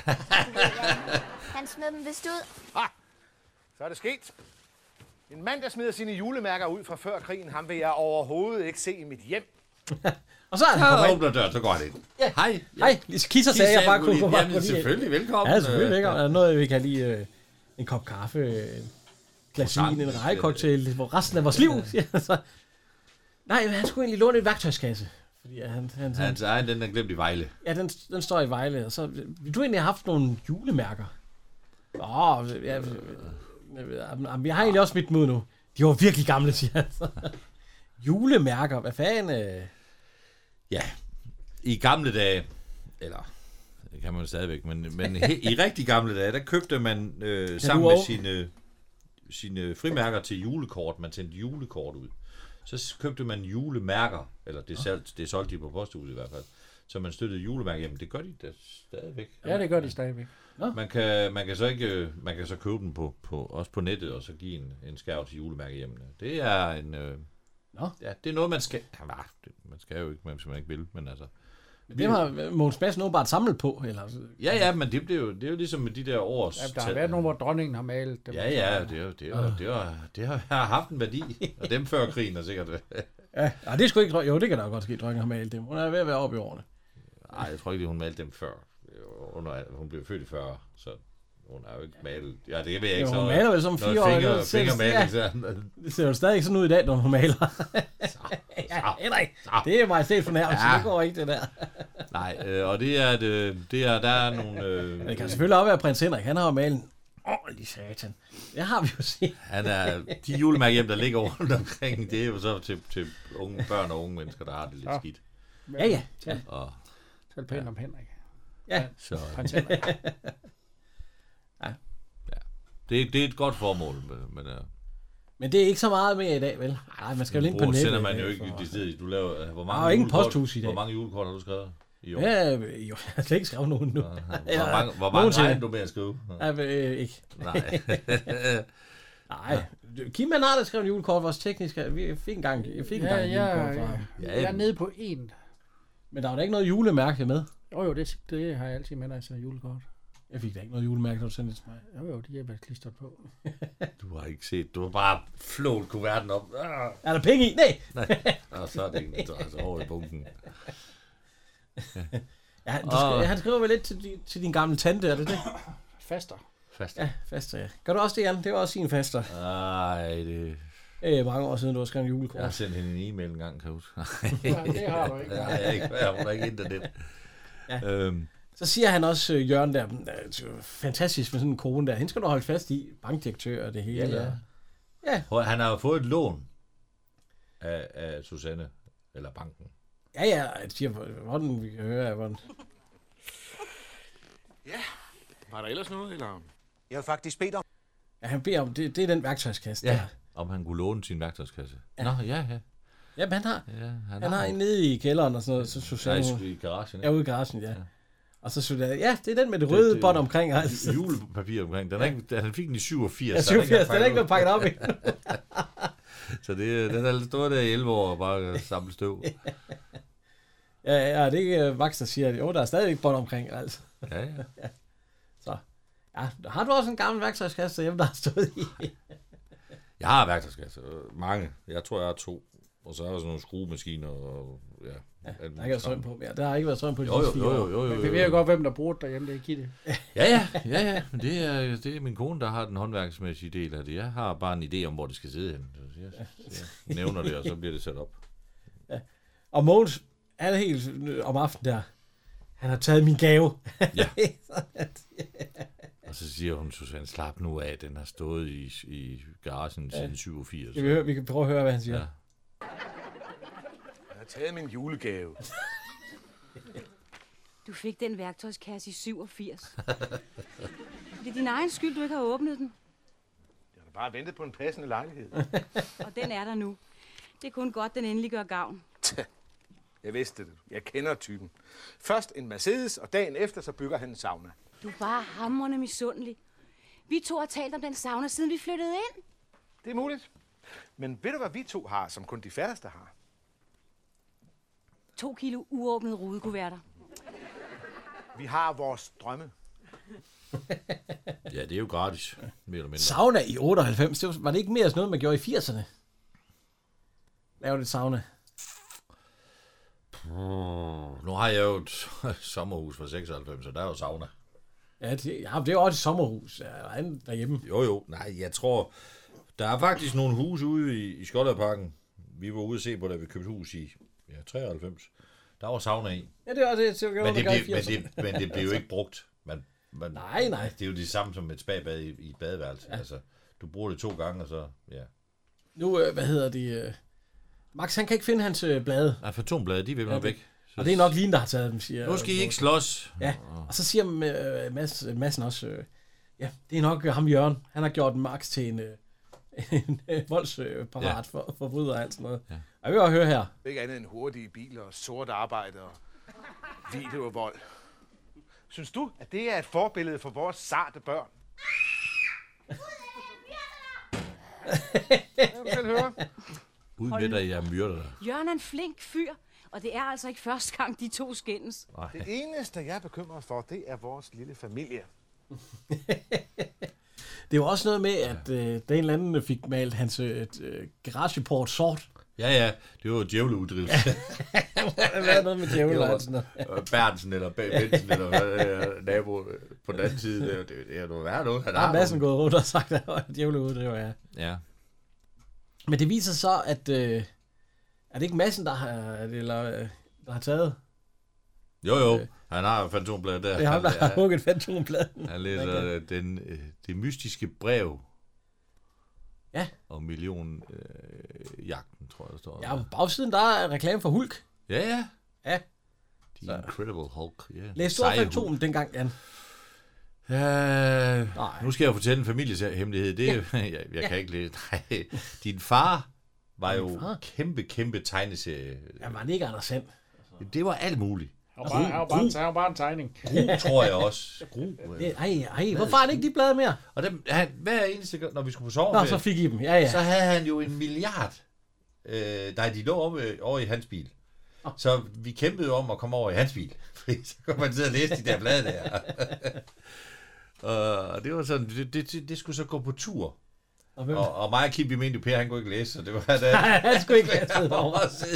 Han smed dem vist ud. Ah, så er det sket. En mand, der smider sine julemærker ud fra før krigen, ham vil jeg overhovedet ikke se i mit hjem. Og så er han Så kommet ind. åbner døren, så går han ind. Ja. Hej. Ja. Hej, Lise Kisser sagde, jeg bare kunne gå bare Jamen, selvfølgelig, velkommen. Ja, selvfølgelig. Ikke? Er der noget, vi kan lige øh, en kop kaffe, en glas vin, en rejecocktail, hvor resten af vores liv. Ja, så. Nej, men han skulle egentlig låne en værktøjskasse. Fordi han, han, han, Hans egen, den er glemt i Vejle. ja, den, den står i Vejle. Og så, vil du egentlig have haft nogle julemærker? Åh, oh, ja, jamen, jeg har egentlig også smidt dem ud nu. De var virkelig gamle, siger han. Så. Julemærker, hvad fanden? Øh? Ja, i gamle dage, eller det kan man jo stadigvæk, men, men he, i rigtig gamle dage, der købte man øh, sammen med sine, sine frimærker til julekort. Man sendte julekort ud. Så købte man julemærker, eller det, selv, det solgte de på posthuset i hvert fald. Så man støttede julemærker. Jamen, det gør de da stadigvæk. Ja, det gør de stadigvæk. Man kan, man kan så ikke, man kan så købe den på, på, også på nettet, og så give en, en skærv til julemærke hjemme. Det er en, øh, Nå. ja, det er noget, man skal, ja, det, man skal jo ikke, hvis man ikke vil, men altså. Det har Mogens Madsen åbenbart samlet på, eller? Ja, ja, men det, det, er, jo, det er jo ligesom med de der års... Ja, der har været nogle, hvor dronningen har malet dem. Ja, ja, det, er, jo- det, er, jo- det, er, det har haft en værdi, og dem før krigen er sikkert... Ja, ja, det er sgu ikke... Jo, det kan da godt ske, dronningen har malet dem. Hun er ved at være oppe i årene. Nej, jeg tror ikke, hun malte dem før. Under, hun blev født i fyrre, så hun har jo ikke malet... Ja, det ved jeg ikke Jo, så... hun maler vel som noget fire år. Finger, Det ser- fingermaling, ja. så... Det ser jo stadig sådan ud i dag, når hun maler. Ja, Henrik, det er mig set for nærmest, Ja. det går ikke, det der. Nej, øh, og det er, et, øh, det er, der er nogle... Øh, Det kan selvfølgelig også være prins Henrik, han har jo malet en ordentlig satan. Det har vi jo set. Han er, de julemærker hjem, der ligger rundt omkring, det er jo så til, til unge børn og unge mennesker, der har det lidt Ja. skidt. Ja, ja. ja. Og, Tal pænt om Henrik. Ja. så, Prins Henrik. Ja. ja. Det, det er et godt formål, men... men uh, Men det er ikke så meget mere i dag, vel? Nej, man skal jo ind på nettet. sender man i jo dag ikke for- det sted. Du laver, uh, hvor Der er mange jo ingen julekort- posthus i dag. Hvor mange julekort har du skrevet i år? Ja, jo, jeg har slet ikke skrevet nogen nu. Hvor mange, hvor mange regner du med at skrive? Ja, øh, ikke. Nej. Nej. Kim, han har da skrevet en julekort, vores tekniske. Vi fik engang, jeg fik Ja, engang en ja, julekort fra ham. ja, jeg er nede på en. Men der var da ikke noget julemærke med. Jo, jo, det, det har jeg altid med, når jeg sender julekort. Jeg fik da ikke noget julemærke, da du sendte det til mig. Jo, jo, de er været klistret på. Du har ikke set, du har bare flået kuverten op. Ah. Er der penge i? Nej! Nej. Og så er det ikke altså over i bunken. Ja, du skri- han skriver vel lidt til, din- til din gamle tante, er det det? Faster. Faster. Ja, faster, ja. Gør du også det, Jan? Det var også sin faster. Nej, det... Øh, mange år siden, du har skrevet en julekort. Jeg har sendt hende en e-mail en gang, kan jeg huske. Ja, det har du ikke. Nej, jeg har ikke, jeg har ikke internet. Ja. Øhm, Så siger han også, øh, Jørgen der, øh, fantastisk med sådan en kone der. Hende skal du holde fast i, bankdirektør og det hele. Ja, ja. Ja. Prøv, han har jo fået et lån af, af Susanne, eller banken. Ja, ja, jeg siger, hvordan vi kan høre, hvordan... Ja, var der ellers noget, eller? Jeg har faktisk bedt om... Ja, han beder om, det, det er den værktøjskasse Ja, der. om han kunne låne sin værktøjskasse. Ja. Nå, ja, ja. Jamen, han har, ja han, han har en nede i kælderen og sådan noget. Så Susanne, Nej, i garagen, ja, ude i garagen, ja. ja. Og så Susanne, ja, det er den med det røde bånd omkring. Altså. Julepapir omkring. Den er ikke, han fik den i syvogfirs. Ja, syvogfirs, den er ikke blevet pakket op i. Så det, den er stået der i elleve år og bare samlet støv. Ja, ja, det er ikke Max, der siger, at jo, der er stadig ikke bånd omkring, altså. Ja, ja. ja. Så, ja, har du også en gammel værktøjskasse hjemme, der har stået i? Jeg har værktøjskasse. Mange. Jeg tror, jeg har to. Og så er der sådan nogle skruemaskiner og ja. Ja, der har ikke været strøm på mere. Der har ikke været strøm på de jo, sidste jo, fire jo, år. jo, jo, jo. Vi ved jo godt, hvem der bruger det derhjemme, det er Gitte. Ja, ja, ja, ja. Men det er, det er min kone, der har den håndværksmæssige del af det. Jeg har bare en idé om, hvor det skal sidde hen. Så jeg, jeg nævner det, og så bliver det sat op. Ja. Og Mogens, han er helt om aftenen der. Han har taget min gave. Ja. Og så siger hun, Susanne, slap nu af, den har stået i, i garagen ja. siden syvogfirs. Vi, høre, vi kan prøve at høre, hvad han siger. Ja. Jeg har taget min julegave. Du fik den værktøjskasse i syvogfirs. Det er din egen skyld, du ikke har åbnet den. Jeg har bare ventet på en passende lejlighed. Og den er der nu. Det er kun godt, den endelig gør gavn. Jeg vidste det. Jeg kender typen. Først en Mercedes, og dagen efter så bygger han en sauna. Du er bare hamrende misundelig. Vi to har talt om den sauna, siden vi flyttede ind. Det er muligt. Men ved du, hvad vi to har, som kun de færreste har? To kilo uåbnede rudekuverter. Vi har vores drømme. Ja, det er jo gratis. Mere eller mindre. Sauna i otteoghalvfems, det var, var det ikke mere sådan noget, man gjorde i firserne? Lave lidt sauna. Oh, nu har jeg jo et sommerhus fra seksoghalvfems, så der er jo sauna. Ja, det, ja, det er jo også et sommerhus ja, derhjemme. Jo, jo. Nej, jeg tror, der er faktisk nogle huse ude i, i Skolderparken. Vi var ude at se på, da vi købte hus i ja, treoghalvfems. Der var sauna i. Ja, det er også det, jeg men, det blev, men, det, men det blev jo ikke brugt. Man, man, nej, nej. Det er jo det samme som et spabad i, i et badeværelse. Ja. Altså, du bruger det to gange, og så, ja. Nu, øh, hvad hedder det... Øh... Max, han kan ikke finde hans øh, blade. Nej, fantomblade, de vil man ja, væk. Så... Og det er nok Line, der har taget dem, siger... Nu skal I ikke slås. Ja, og så siger øh, Mads, Madsen også... Øh, ja, det er nok øh, ham Jørgen. Han har gjort Max til en, øh, en øh, voldsparat ja. for, forbryder og alt sådan noget. Ja. Og jeg vil også høre her. Ikke andet end hurtige biler og sort arbejde og video og vold. Synes du, at det er et forbillede for vores sarte børn? Jeg vil selv høre. Ud med dig, jeg myrder dig. Jørgen er en flink fyr, og det er altså ikke første gang, de to skændes. Det eneste, jeg er bekymret for, det er vores lille familie. Det var også noget med, at øh, der en eller anden fik malet hans øh, garageport sort. Ja, ja, det var djævleuddrivelse. Hvad er noget med djævler og sådan noget? Berntsen eller Bensen eller hvad, nabo på den anden side. Det, det, det er noget værd noget. Der har Madsen gået rundt og sagt, at det var djævleuddriver, ja. Ja. Men det viser så, at øh, er det ikke Madsen, der har, eller, øh, der har taget? Jo, jo. Øh, han har fantombladet der. Det er ham, der han, har hugget fantombladet. Han læser okay. den, det mystiske brev. Ja. Og millionjagten, øh, tror jeg, der står. Ja, på bagsiden, der er reklame for Hulk. Ja, ja. Ja. The så. Incredible Hulk, ja. Yeah. Læste du også Fantomen dengang, Jan? Uh, nu skal jeg fortælle en familiehemmelighed. Det, ja. jeg, jeg ja. kan ikke læse. Nej. Din far var jo far? kæmpe, kæmpe tegneserie. Ja, var det ikke Anders Sand? Det var alt muligt. Han var bare, han var bare, han var bare en tegning. Gru, tror jeg også. Gru. Det, ej, ej, hvorfor har han ikke de blade mere? Og dem, han, hver eneste gang, når vi skulle på sommerferie, så fik I dem, ja, ja. Så havde han jo en milliard. Øh, nej, de lå over, over i hans bil. Oh. Så vi kæmpede jo om at komme over i hans bil. Så kunne man sidde og læse de der blade der. Og det var sådan, det, det, det skulle så gå på tur. Og, og, og mig og Kim, vi mente jo, Per, han kunne ikke læse, så det var da... Nej, han skulle ikke læse over.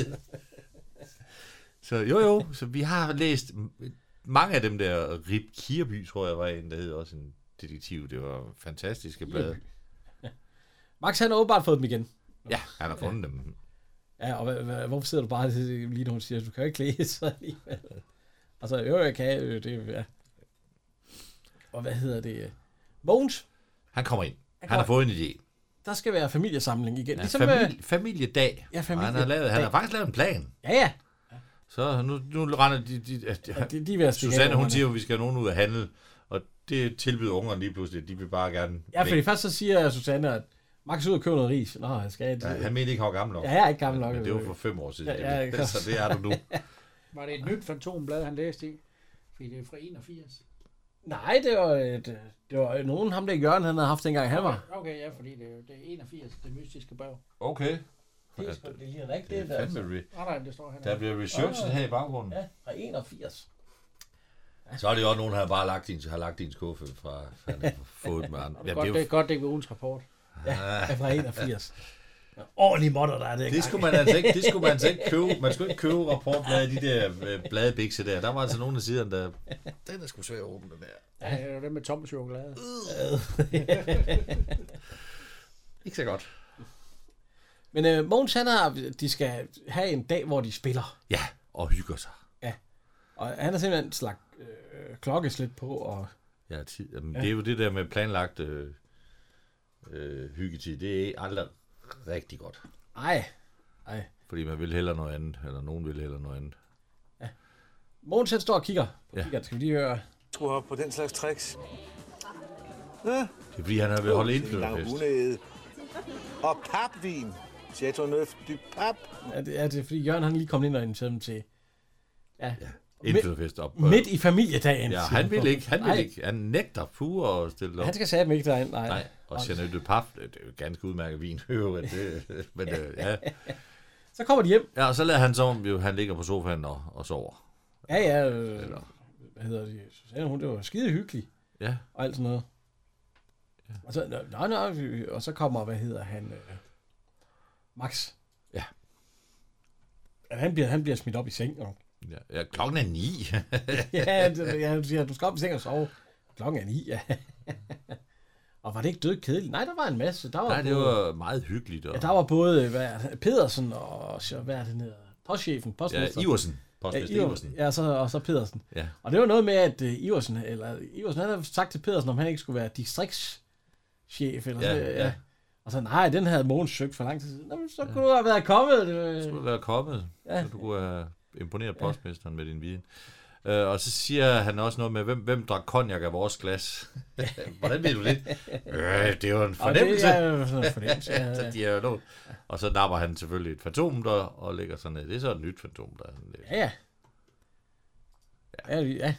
Så jo jo, så vi har læst mange af dem der. Rip Kirby, tror jeg, var en, der hed også en detektiv. Det var fantastiske blade. Ja. Max, han har åbenbart fået dem igen. Ja, han har fundet ja. dem. Ja, og h- h- hvorfor sidder du bare lige når hun siger, du kan jo ikke læse alligevel. Altså, jo, jeg kan, øh, det ja. Og hvad hedder det? Mogens? Han kommer ind. Han, han har fået en idé. Der skal være familiesamling igen. Ja, ligesom, familie, familiedag. Ja, familiedag. Han har, lavet, han har faktisk lavet en plan. Ja, ja. Så Så nu, nu render de... de, de, Ja, de- de er ved at stikke Susanne, af, hun ungerne. siger, at vi skal have nogen ud af handel. Og det tilbyder ungerne lige pludselig. De vil bare gerne... Ja, fordi først så siger Susanne, at Max ud og købe noget ris. Nå, han skal... Ja, han mente ikke, han var gammel nok. Ja, jeg er ikke gammel nok. Men det var for fem år siden. Ja, ja, det, så det er du nu. Var det et nyt fantomblad, han læste i? Fordi det er fra enogfirs. Nej, det var, et, det var nogen, ham der Jørgen, han havde haft dengang han var. Okay, ja, fordi det, er- det er enogfirs, det mystiske bag. Okay. Det er sgu- det ligner ikke Det er det, der, fandme altså. re- Nej, nej, det står her. Der bliver researchet her i baggrunden. Ja, fra enogfirs. Så er det jo også nogen, der har bare lagt din, har lagt din skuffe fra, han har fået med andre. Det er, godt, det er godt, det er ugens rapport. Ja, er fra enogfirs. Ja, ordentlige måtter, der er det. Det skulle man altså ikke, det skulle man altså ikke købe. Man skulle ikke købe rapportblad af de der øh, bladebikse der. Der var altså nogen af siderne, der... Den er sgu svær at åbne, den der. Ja, det er det med tom chokolade. Ikke så godt. Men øh, Mogens, han har, de skal have en dag, hvor de spiller. Ja, og hygger sig. Ja. Og han har simpelthen slagt øh, klokkeslæt på, og... Ja, tid. Jamen, Ja. det er jo det der med planlagt øh, øh, hyggetid. Det er aldrig rigtig godt. Ej. Ej. Fordi man vil hellere noget andet, eller nogen vil hellere noget andet. Mogens, han står og kigger på Ja. ja. Skal vi lige høre... Skru op på den slags tricks. Ja. Det er fordi, han har vil holde indflyderfest. Lagune og papvin. Chateauneuf du Pap. Ja, det er det, fordi Jørgen han er lige kommet ind og inviteret dem til... Ja. ja. Indflyderfest op. Midt i familiedagen. Ja, siger han vil ikke. Han vil Nej. ikke. Han nægter pure at stille op. Han skal sætte mig ikke derind. Nej. Nej, og Chateau de Paf, det er jo ganske udmærket vin. øvrigt, det, men øh, ja. Så kommer de hjem. Ja, og så lader han så om, jo, han ligger på sofaen og, og sover. Ja, ja. Øh, hvad hedder det? Susanne, hun, det var skide hyggeligt. Ja. Og alt sådan noget. Ja. Og så, nå, nå, nå, og så kommer, hvad hedder han? Øh, Max. Ja. At han bliver, han bliver smidt op i seng. Og... Ja, ja, klokken er ni. ja, det, ja, han siger, du skal op i seng og sove. Klokken er ni, ja. Og var det ikke død kedeligt? Nej, der var en masse. Der var Nej, det både, var meget hyggeligt. Og... Ja, der var både hvad er det, Pedersen og så, hvad er det hedder? Postchefen, postmester. Ja, Iversen. Postmester ja, Iversen. Ja, så, og så Pedersen. Ja. Og det var noget med, at uh, Iversen, eller Iversen, han havde sagt til Pedersen, om han ikke skulle være distriktschef. Eller Ja, så, ja. Og så, nej, den havde Mogens søgt for lang tid siden. Nå, men så kunne du have været kommet. Det, Du skulle være kommet, Ja. så du kunne have imponeret postmesteren med din viden. Uh, og så siger han også noget med, hvem, hvem drak cognac af vores glas? Hvordan ved du det? øh, det er jo en fornemmelse. Og det er jo sådan en fornemmelse, ja, ja. så de er jo noget. Og så napper han selvfølgelig et fantom der, og lægger sådan ned. Det er så et nyt fantom der. Ja, ja. Ja, ja. ja.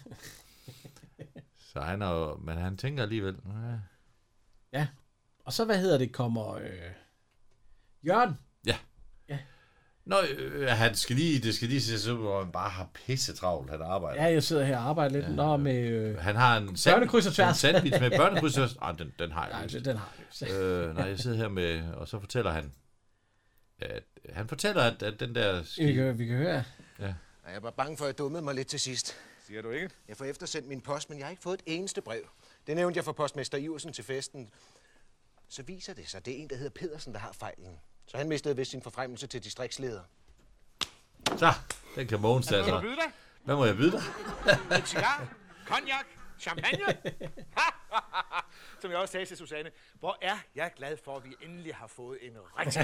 Så han er jo, men han tænker alligevel. Ja. Ja. Og så, hvad hedder det, kommer øh, Jørgen. Ja. Ja. Nå, øh, han skal lige, det skal lige se ud, hvor han bare har pisse travlt, han arbejder. Ja, jeg sidder her og arbejder lidt. Ja. Nå, med... Øh, Han har en børnekryds og tværs. en sandwich med børnekryds og tværs. Ah, den, den har jeg Nej, lyst. den- den har jeg lyst. øh, Nej, jeg sidder her med, og så fortæller han, at han fortæller, at, at den der... Vi kan, vi kan høre. Ja. Jeg var bange for, at jeg dummede mig lidt til sidst. Siger du ikke? Jeg får eftersendt min post, men jeg har ikke fået et eneste brev. Det nævnte jeg for postmester Iversen til festen. Så viser det sig, det er en, der hedder Pedersen, der har fejlen. Så han mistede vist sin forfremmelse til distriktsleder. Så, den kan Mogens tage Hvad må sig. jeg byde dig? Hvad må jeg byde dig? En cigar? Cognac? Champagne? Som jeg også sagde til Susanne, hvor er jeg glad for, at vi endelig har fået en rigtig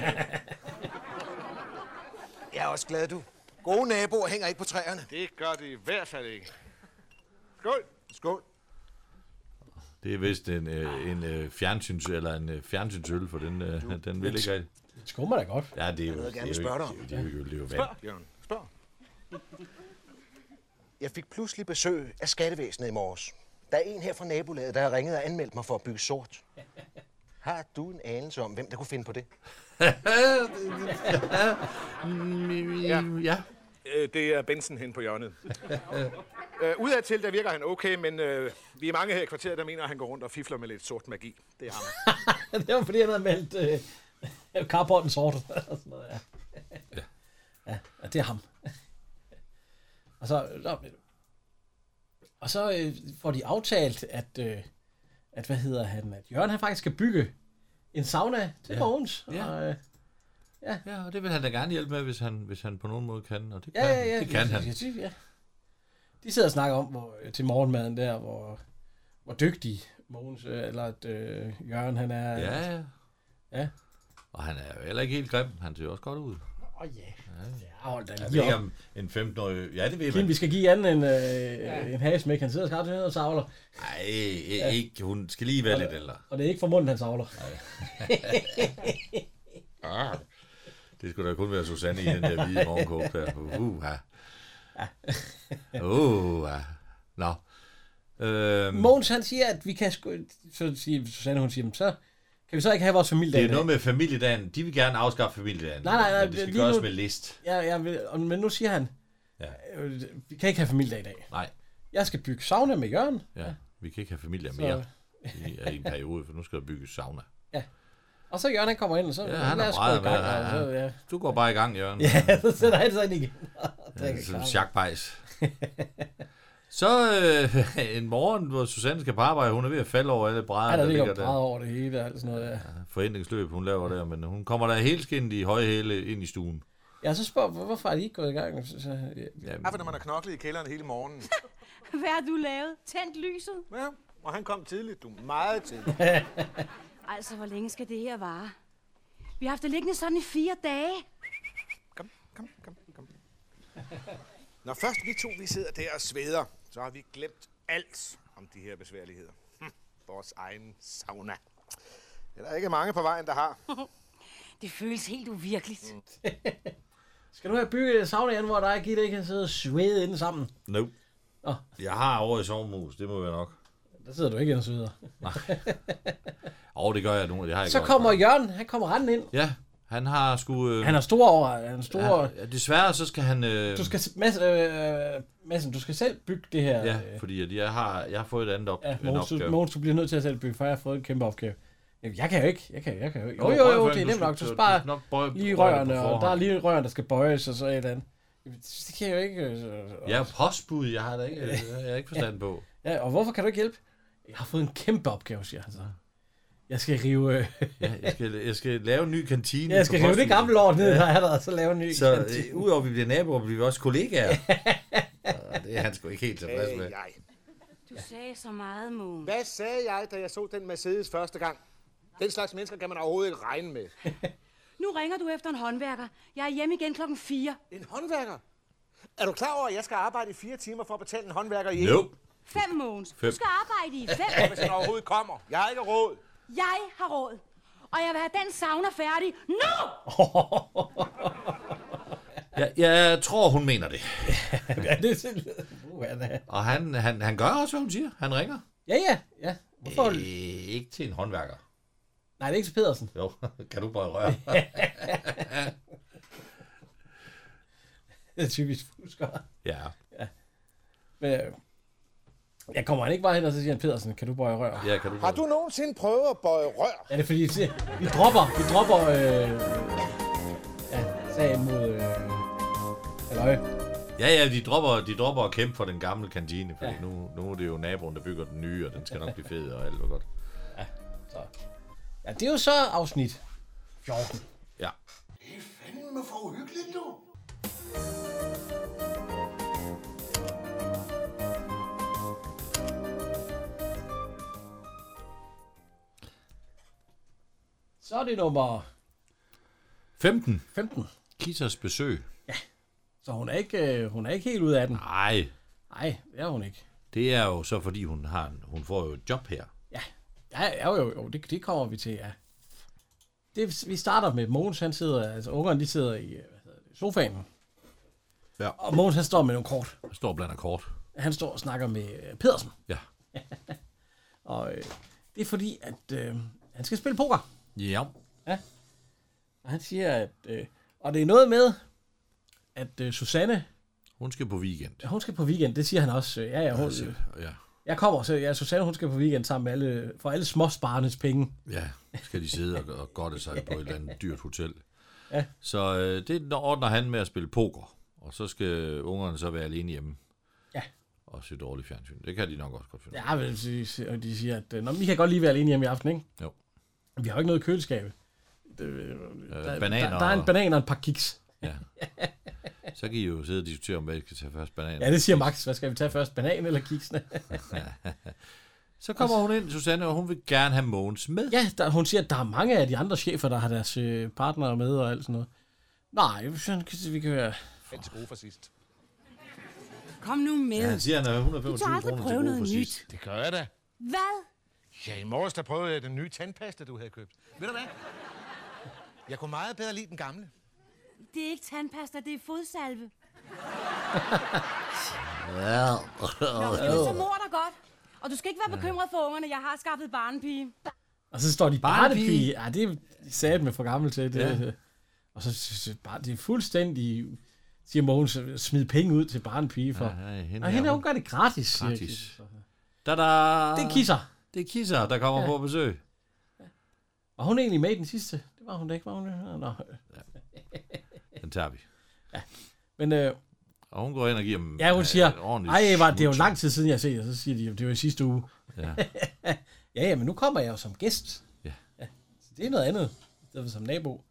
Jeg er også glad, du. Gode naboer hænger ikke på træerne. Det gør det i hvert fald ikke. Skål! Skål. Det er vist en, øh, en øh, fjernsyns, eller en øh, fjernsynsøl, for den, øh, den vil ikke rigtig. Det skummer da godt. Ja, det er jo, Jeg vil det er gerne jo, spørge dig ikke- om. det er jo, det er jo vand. Spørg, Jørgen. Spørg. Jeg fik pludselig besøg af skattevæsenet i morges. Der er en her fra nabolaget, der har ringet og anmeldt mig for at bygge sort. Har du en anelse om, hvem der kunne finde på det? Ja. ja. Øh, det er Benson hen på hjørnet. øh, udadtil, der virker han okay, men øh, vi er mange her i kvarteret, der mener, at han går rundt og fifler med lidt sort magi. Det er ham. Det var fordi, han havde meldt øh, carporten sort. og sådan noget, ja. Ja. Ja, ja, det er ham. Og så, så, og så øh, får de aftalt, at, øh, at, hvad hedder han, at Jørgen han faktisk skal bygge en sauna til Ja. Mogens. Ja. Og, øh, ja. Ja, og det vil han da gerne hjælpe med, hvis han, hvis han på nogen måde kan, og det kan, Ja, ja, ja. det kan de, han. De, ja. De sidder og snakker om hvor, til morgenmaden der, hvor, hvor dygtig Mogens, øh, eller at øh, Jørgen han er. Ja, ja. Ja. Og han er jo heller ikke helt grim, han ser også godt ud. Åh oh, ja. Ja, hold da Jeg lige ved ikke op. om en femten-årig... Ja, det ved Kim, man. vi skal give Anne en, øh, en hasmæk. Han sidder skarpt nede og savler. Nej, ikke. Hun skal lige være og, lidt ældre. Og det er ikke fra munden, han savler. ah, det skulle da kun være Susanne i den der hvide morgenkåb der. Uh, uh, uh. Nå. Øhm, Mogens, han siger, at vi kan sgu... Så siger Susanne, hun siger, så kan vi så ikke have vores familiedag. Det er noget med familiedagen. De vil gerne afskaffe familiedagen. Nej, nej, nej. Men det skal lige gøres nu- med list. Ja, ja, men nu siger han, Ja. øh, vi kan ikke have familiedag i dag. Nej. Jeg skal bygge sauna med Jørgen. Ja, vi kan ikke have familier Så- mere i, i en periode, for nu skal der bygges sauna. Ja. Og så Jørgen, han kommer ind, og så Ja, han lad er os gå brædder i med. gang. Ja, og så, ja. Du går bare i gang, Jørgen. Ja, så sætter han sig ind igen. Ja, som sjakbejs. Så øh, en morgen, hvor Susanne skal på arbejde, hun er ved at falde over alle brædder, Han er der ligger ligger brædder der. over det hele og alt sådan noget der. Forhindringsløb, hun laver der, men hun kommer der helskindet i høje hæle ind i stuen. Ja, så spørger hvor- hvorfor er de ikke gået i gang? Så, så, ja. Ja, for når man har knoklet i kælderen hele morgenen. Hvad har du lavet? Tændt lyset? Ja, og han kom tidligt, du. Meget tidligt. Altså, hvor længe skal det her vare? Vi har haft det liggende sådan i fire dage. Kom, kom, kom, kom. Når først vi to vi sidder der og sveder, så har vi glemt alt om de her besværligheder. Hm, vores egen sauna. Det er der ikke mange på vejen, der har. Det føles helt uvirkeligt. Mm. Skal du have bygget et sauna igen, hvor der og Gitte ikke kan sidde og svede inde sammen? Nope. Nå. Jeg har over i sovemhus, det må være nok. Der sidder du ikke inde og sveder. Nej. Og det gør jeg nu, det har jeg Så godt. kommer Jørgen, han kommer rendende ind. Ja, han har sgu... Øh, Han er stor over, han er stor... Ja, desværre, så skal han... Øh, Du skal, Mads, øh, Madsen, du skal selv bygge det her. Ja, øh, fordi at jeg har, jeg har fået et andet op, Ja, en Mogens, du, opgave. Mogens, du bliver nødt til at selv bygge, for jeg har fået en kæmpe opgave. Jamen, jeg kan jo ikke. Jeg kan, jeg kan jo ikke. Jo, Nå, jo, jo, rørføring, det er du nemt skal- nok. Du du sparer skal nok bøje- lige bøje på rørene, og forhånd. der er lige rørene, der skal bøjes, og så et eller andet. Jamen, Det kan jeg jo ikke. øh, Jeg er jo postbud, jeg har da ikke, jeg har ikke forstand på. Ja, og hvorfor kan du ikke hjælpe? Jeg har fået en kæmpe opgave, siger han så. Jeg skal rive... Øh, Ja, jeg skal, jeg skal lave en ny kantine. Ja, jeg skal på rive det posthuset. gamle lort ned, der er der, og så lave en ny Så kantine. øh, udover at vi bliver naboer, bliver vi også kollegaer. Og det er han sgu ikke helt tilfreds med. jeg. Du sagde så meget, Mogens. Hvad sagde jeg, da jeg så den Mercedes første gang? Den slags mennesker kan man overhovedet ikke regne med. Nu ringer du efter en håndværker. Jeg er hjemme igen klokken fire. En håndværker? Er du klar over, at jeg skal arbejde i fire timer for at betale en håndværker i Nope. Fem, Mogens. Fem. Du skal arbejde i fem. Hvis han overhovedet kommer. Jeg har ikke råd. Jeg har råd. Og jeg vil have den sauna færdig nu! Jeg, jeg tror, hun mener det. Ja, det er simpelthen... Uh, han er... Og han, han, han gør også, hvad hun siger. Han ringer. Ja, ja, ja. Hvorfor? Øh, ikke til en håndværker. Nej, det er ikke til Pedersen. Jo, kan du bare røre? Det er typisk fusker. Ja. Ja. Men, øh, jeg kommer han ikke bare hen, og så siger han, Pedersen, kan du bøje rør? Ja, kan du Har du nogensinde prøvet at bøje rør? Ja, det er fordi, vi- vi dropper, vi dropper, øh, ja, sagen mod, øh, halløj. Ja, ja, de dropper, de dropper at kæmpe for den gamle kantine, fordi Ja. ja. nu, nu er det jo naboen, der bygger den nye, og den skal nok blive fed, og alt var godt. Ja, så. Ja, det er jo så afsnit fjorten. Ja. Det er fandme for uhyggeligt, du. Så er det nummer femten. femten. Kissers besøg. Så hun er ikke, øh, hun er ikke helt ude af den. Nej, Nej, det er hun ikke. det er jo så, fordi hun har en, hun får jo et job her. Ja, ja jo, jo, jo det, det kommer vi til, ja. Det, vi starter med Mogens, han sidder, altså ungerne, de sidder i hvad hedder det, sofaen. Ja. Og Mogens, han står med nogle kort. Han står og blander kort. Han står og snakker med øh, Pedersen. Ja. Og øh, det er fordi, at øh, han skal spille poker. Ja. Ja. Og han siger, at... Øh, og det er noget med, at øh, Susanne... Hun skal på weekend. Ja, hun skal på weekend, det siger han også. Ja, ja, hun, Altså, ja. Jeg kommer, så ja, Susanne, hun skal på weekend sammen med alle, for alle småsparernes penge. Ja, skal de sidde og, og godte sig på et eller andet dyrt hotel. Ja. Så øh, det ordner han med at spille poker, og så skal ungerne så være alene hjemme. Ja. Og se dårligt fjernsyn. Det kan de nok også godt finde. Ja, men de, og de siger, at Nå, vi kan godt lige være alene hjemme i aften, ikke? Jo. Vi har jo ikke noget i køleskabet. Det, der, bananer der, der er en og- banan og en pakke kiks. Ja. Så kan I jo sidde og diskutere, om hvad I skal tage først, banan. Ja, det siger Max. Hvad skal vi tage først? Banan eller kiksene? Så kommer hun ind, Susanne, og hun vil gerne have Mogens med. Ja, der, hun siger, at der er mange af de andre chefer, der har deres øh, partnere med og alt sådan noget. Nej, vi kan høre... Den til gode for sidst. Kom nu med. Ja, han siger, han er et hundrede og Du tager femogtyve aldrig kroner prøve til noget gode for nyt. sidst. Det gør jeg da. Hvad? Ja, i morges der prøvede jeg den nye tandpasta, du havde købt. Ved du hvad? Jeg kunne meget bedre lide den gamle. Det er ikke tandpasta, det er fodsalve. Ja. Nå, så mor dig godt. Og du skal ikke være bekymret for ungerne. Jeg har skaffet barnepige. Og så står de Barnepige. barnepige. Ja, det er sat med for gammel til. Det. Ja. Og så, så, så bare, det er fuldstændig, siger Mogens, smid penge ud til barnepige for. Ja, ja, hende og hende er- hun gør det gratis. Gratis. Siger Da-da! Det er Kisser. Det er Kisser, der kommer Ja. på besøg. Og hun er egentlig med i den sidste. Det var hun da ikke, var hun det? Nå. Den tager vi. Men, øh, Og hun går ind og giver dem ja, hun øh, siger, et ordentligt ej, var, det er jo smut. lang tid siden, jeg har set det. Så siger de, det var i sidste uge. Ja. ja, ja, men nu kommer jeg jo som gæst. Ja. ja. Så det er noget andet, i stedet for som nabo.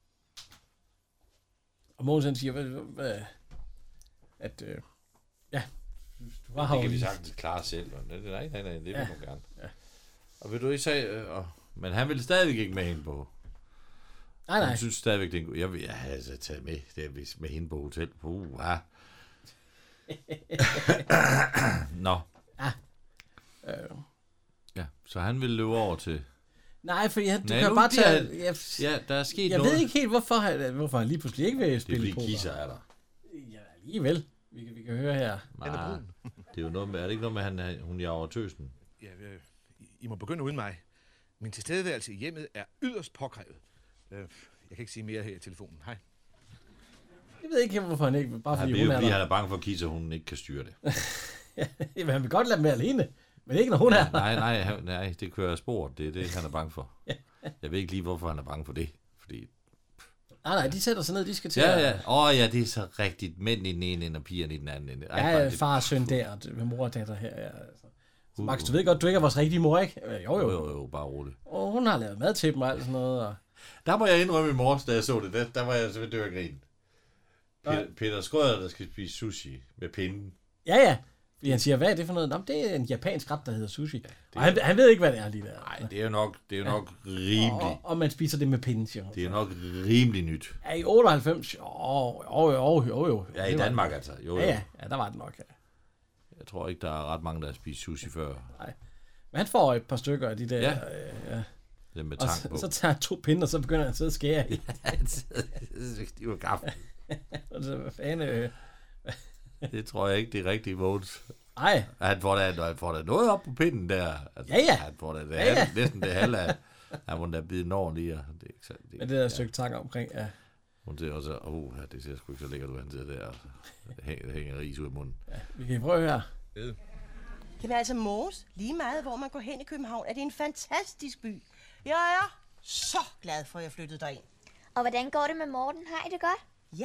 Og Mogens han siger, hvad, hvad, at, øh, ja, du var her Det kan jo vi lige- sagtens klare selv. og det- Nej, nej, nej, det vil Ja. du gerne. Ja. Og vil du ikke sige, øh, og, men han ville stadigvæk ikke med hende på. Nej, nej. Han synes stadigvæk, det er en god... Jeg vil ja, altså tage med, det er vist med hende på hotel. Uh, ja. Nå. Ja. Øh. Ja, så han ville løbe over til... Nej, for ja, du Nej, kan nu bare bliver tage... han- Jeg, ja, der er sket jeg noget. ved ikke helt, hvorfor han, hvorfor han lige pludselig ikke vil spille fordi poker. Kisser er der. Ja, alligevel. Vi kan, vi kan høre her. Nej, det er jo noget med... Er det ikke noget med, at han, hun jager tøsen? Ja, øh, I- I må begynde uden mig. Min tilstedeværelse i hjemmet er yderst påkrævet. Øh, Jeg kan ikke sige mere her i telefonen. Hej. Jeg ved ikke, hvorfor han ikke... Bare Han fordi vil hun jo er fordi, der. han er bange for, at Kisser, hun ikke kan styre det. Jamen, han vil godt lade dem være alene. Men ikke, når hun er der. Nej, nej, han- nej, det kører af sporet. Det er det, han er bange for. Jeg ved ikke lige, hvorfor han er bange for det. Fordi... Nej, nej, de sætter sig ned, de skal til Ja, at- ja. Åh oh, ja, det er så rigtigt. Mænd i den ene ende, og pigerne i den anden ende. Ej, Ja, bare ja, det- far og søn der, og med mor og datter her. Ja, altså. Så Uh, Max, uh. du ved godt, du ikke er vores rigtige mor, ikke? Øh, Jo, jo. Jo, jo, jo, bare roligt. Og hun har lavet mad til dem og alt sådan noget. Og... Der må jeg indrømme i morges, da jeg så det. Der, der var jeg så ved dør af grin. Peter, Peter Skrøder, der skal spise sushi med pinden. Ja, ja. Fordi han siger, hvad er det for noget? Nå, men det er en japansk ret, der hedder sushi. Ja, og han, han ved ikke, hvad det er lige der. Nej, det er jo nok, det er jo nok rimelig. Og, og man spiser det med pinden, siger hun. Det er nok rimelig nyt. Ja, i otteoghalvfems. Jo, jo, jo, jo, jo. Ja, i Det var Danmark det. altså. Jo, Ja, jo. ja, ja, der var det nok. Ja. Jeg tror ikke, der er ret mange, der har spist sushi før. Nej. Men han får et par stykker af de der... Ja. Øh, ja. Det med og tang så, på. så tager han to pinde, og så begynder han at sidde og skære i. Det var gaffel. Og så, hvad fanden... Øh... Det tror jeg ikke, det er rigtigt, Mogens. Nej. Han får da, han får da noget op på pinden der. Altså, Ja, ja. Han får da det Ja, ja. halve- næsten det halve af. Han må da bide en ordentlig. Og det er ikke så, det, Men det der stykke tang omkring, ja. Hun siger også, åh, oh, det ser sgu ikke så lækkert ud, han sidder der og hænger, hænger ris ud af munden. Ja, vi kan prøve her. Jamen altså, Mogens, lige meget hvor man går hen i København, er det en fantastisk by. Jeg er så glad for, at jeg flyttede derind. Og hvordan går det med Morten? Har I det godt? Ja.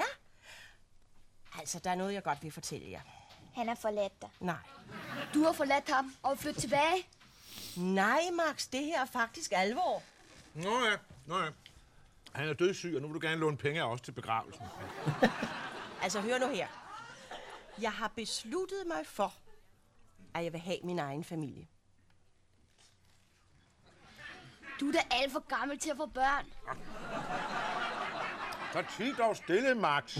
Altså, der er noget, jeg godt vil fortælle jer. Han har forladt dig. Nej. Du har forladt ham og vil flytte tilbage? Nej, Max, det her er faktisk alvor. Nå ja, nå ja. Han er dødssyg, og nu vil du gerne låne penge af os til begravelsen. Altså, hør nu her. Jeg har besluttet mig for, at jeg vil have min egen familie. Du er da alt for gammel til at få børn. Så tig dog stille, Max.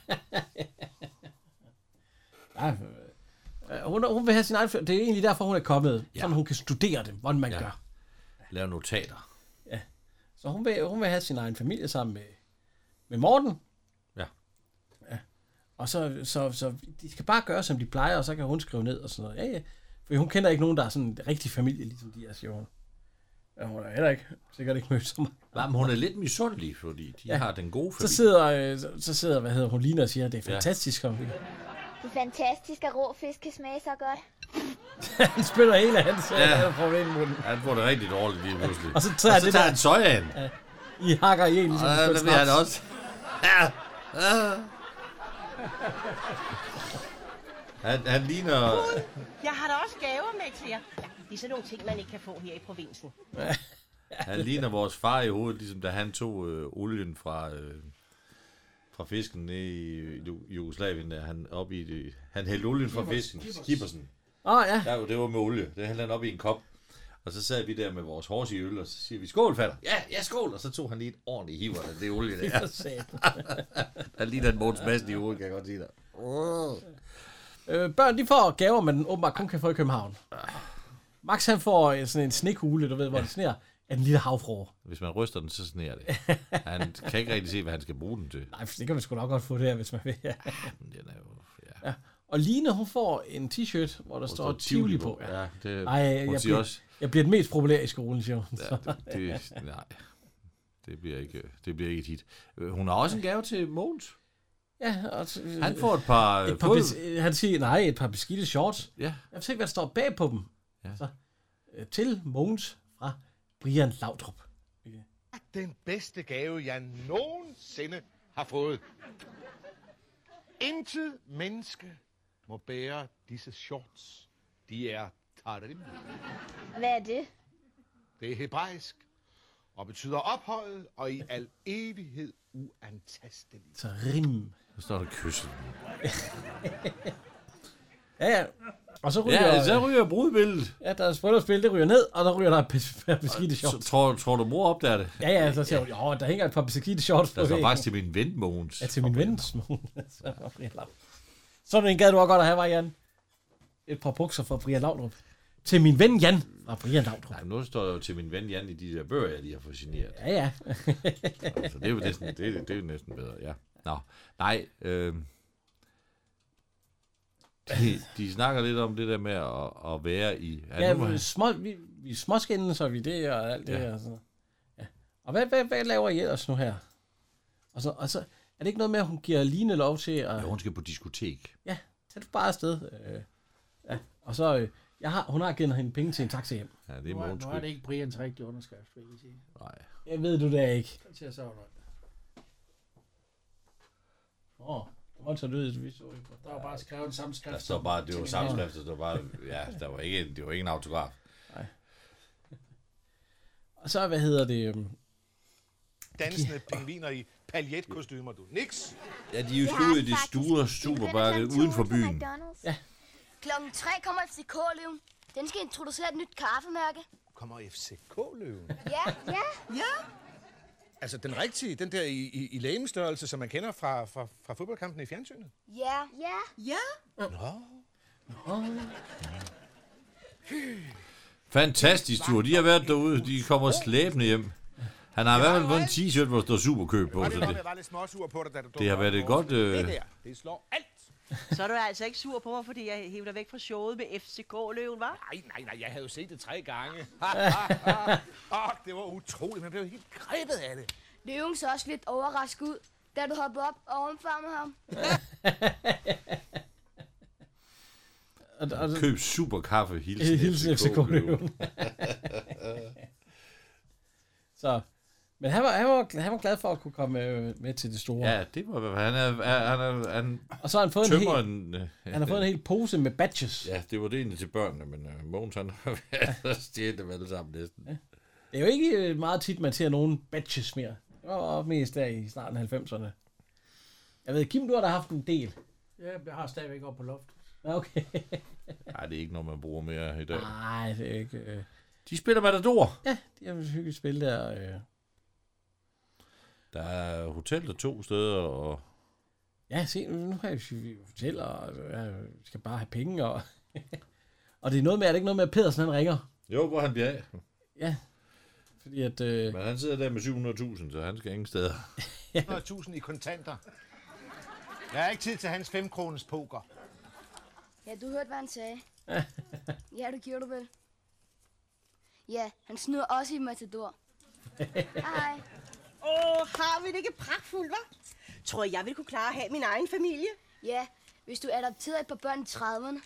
Ja, øh, hun, hun vil have sin egen... Det er egentlig derfor, hun er kommet. Ja. Så hun kan studere dem, hvordan man Ja. ja. gør. Lave notater. Ja. Så hun vil, hun vil have sin egen familie sammen med, med Morten. Ja. Ja. Og så, så, så de skal bare gøre, som de plejer, og så kan hun skrive ned og sådan noget. Ja, ja. For hun kender ikke nogen, der er sådan en rigtig familie, ligesom de er, siger hun. Ja, hun er heller ikke, sikkert ikke mødt så meget. Nej, men hun er lidt misundelig, fordi de ja. har den gode familie. Så sidder, øh, så, så sidder, hvad hedder hun, Lina og siger, at det er Ja. fantastisk. Ja. Det er fantastisk, at rå fisk kan smage så godt. Han spiller hele hans Ja. ja. fra vindmunden. Han får det rigtig dårligt lige pludselig. Og så tager, og så det tager der, han sojaen. Ja, I hakker i en, ligesom Og det der skulle vil han snaps. også. Ja. Ja. Han, han ligner... Jeg har da også gaver med til jer. Ja, det er sådan nogle ting, man ikke kan få her i provinsen. Han ligner vores far i hovedet, ligesom da han tog øh, olien fra, øh, fra fisken nede i Ju- Jugoslavien. Der han op i det, han hældte olien fra fisken. Skippersen. Åh, ja. Der, det var med olie. Det hældte han op i en kop. Og så sad vi der med vores horse i øl, og så siger vi, skål, fatter. Ja, ja, skål. Og så tog han lige et ordentligt hiver af det olie der. Der ligner en Mogens Madsen i hovedet, kan jeg godt sige dig. Oh. Øh, børn, de får gaver, man åbenbart kun kan få i København. Max, han får sådan en snekugle, du ved, hvor det sneer, af den lille havfrue. Hvis man ryster den, så sneer det. Han kan ikke rigtig se, hvad han skal bruge den til. Nej, for det kan man sgu nok godt få der, hvis man vil. Ja. Men den er jo... Ja. Og Line, hun får en t-shirt, hvor der Hvor står står Tivoli Tivoli på. på. Ja, det- Ej, jeg, hun jeg, siger bliver, også- jeg bliver den mest populære i skolen, siger hun. Ja, det, det, nej, det bliver, ikke, det bliver ikke et hit. Hun har også en gave til Mogens. Ja, og Han får et par, et par fod... bes, han siger, nej, et par beskidte shorts. Ja. Jeg ved ikke, hvad der står bag på dem. Ja. Så, øh, til Mogens fra Brian Laudrup. Den bedste gave, jeg nogensinde har fået. Intet menneske må bære disse shorts. De er tarim. Hvad er det? Det er hebraisk og betyder ophøjet og i al evighed uantastelig. Tarim. Så står der kysset. Ja, ja. Og så ryger, Ja, så ryger brudbilledet. Ja, der er bryllupsspil, det ryger ned, og der ryger der et par beskidte shorts. Tror, tror du, mor opdager det? Ja, ja, så siger hun, jo, der hænger et par beskidte shorts på Der står væggen. faktisk til min ven, Mogens. Ja, til min ven, Mogens. Sådan en gad du også godt at have, var Jan. Et par bukser fra Brian Laudrup. Til min ven Jan fra Brian Laudrup. Nej, nu står der jo til min ven Jan i de der bøger, jeg lige har fået signeret. Ja, ja. Så det er jo næsten, det, er- det er jo næsten bedre, ja. Nå, nej, øh, de, de snakker lidt om det der med at, at være i... Ja, nu, vi, små, vi, vi er småskændende, så vi det og alt det Ja. her. Og, sådan. Ja. Og hvad, hvad, hvad laver I ellers nu her? Og så, og så er det ikke noget med, at hun giver Line lov til at... Ja, hun skal på diskotek. Ja, tag du bare afsted. Øh, ja. Og så, øh, jeg har, hun har givet hende penge til en taxa hjem. Ja, det Nu er, nu er det ikke Brians rigtige underskrift, vil jeg sige. Nej. Jeg ved du da ikke. Det ser sådan ud. Åh, oh, det var så lydet, vi så ikke. Der var bare skrevet samme skrift. Der står bare, det var samme skrift, der bare, ja, der var ikke, det var ikke en autograf. Nej. Og så, hvad hedder det? øhm, Dansende pingviner i paljetkostymer, du. Niks. Ja, de er jo ude i det store supermarked uden for byen. Ja. Klokken tre kommer F C K-løven. Den skal introducere et nyt kaffemærke. Kommer F C K-løven? Ja, ja. Ja. Altså den rigtige, den der i, i, i lægemstørrelse, som man kender fra, fra, fra fodboldkampen i fjernsynet? Ja. Ja. Ja. Nå. Fantastisk tur. De har været derude. De kommer slæbende hjem. Han har i hvert fald fået en t-shirt, hvor der står superkøb på. Var Så det godt, det, jeg var lidt småsur på dig, da du det har været et godt... Øh, Det der, det slår alt. Så er du altså ikke sur på mig, fordi jeg hævde dig væk fra showet med F C K-løven, hva'? Nej, nej, nej, jeg havde jo set det tre gange. Åh, oh, det var utroligt, man blev helt grebet af det. Løven så også lidt overrasket ud, da du hoppede op og omfavnede ham. og, og, køb super kaffe. Hilsen, Hilsen F C K-løven. Så, men han var, han, var, han var glad for at kunne komme øh, med til det store. Ja, det var han er, han er, han Og så har han fået en hel, en, øh, han har fået en hel pose med badges. Ja, det var det egentlig til børnene, men uh, Mogens han har været stjælet dem alle sammen næsten. Ja. Det er jo ikke øh, meget tit, man ser nogen badges mere. Det var mest der i starten af halvfemserne. Jeg ved, Kim, du har da haft en del. Ja, jeg har stadigvæk op på loftet. Okay. Nej, det er ikke noget, man bruger mere i dag. Nej, det er ikke... Øh... De spiller Matador. Ja, de har et hyggeligt spil der. Øh... Der er hotel der to steder, og... Ja, se, nu har vi hotel, og øh, vi skal bare have penge, og... og det er noget med, er det ikke noget med, at Pedersen han ringer? Jo, hvor han bliver af. Ja, fordi at... Øh... Men han sidder der med syv hundrede tusind, så han skal ingen steder. syv hundrede tusind i kontanter. Jeg har ikke tid til hans fem kroners poker. Ja, du hørte, hvad han sagde. Ja, det gjorde du vel. Ja, han snyder også i Matador. Hej. Åh, har vi det ikke pragtfuldt, hva'? Tror jeg, jeg ville kunne klare at have min egen familie? Ja, hvis du adopterede et par børn i trediverne.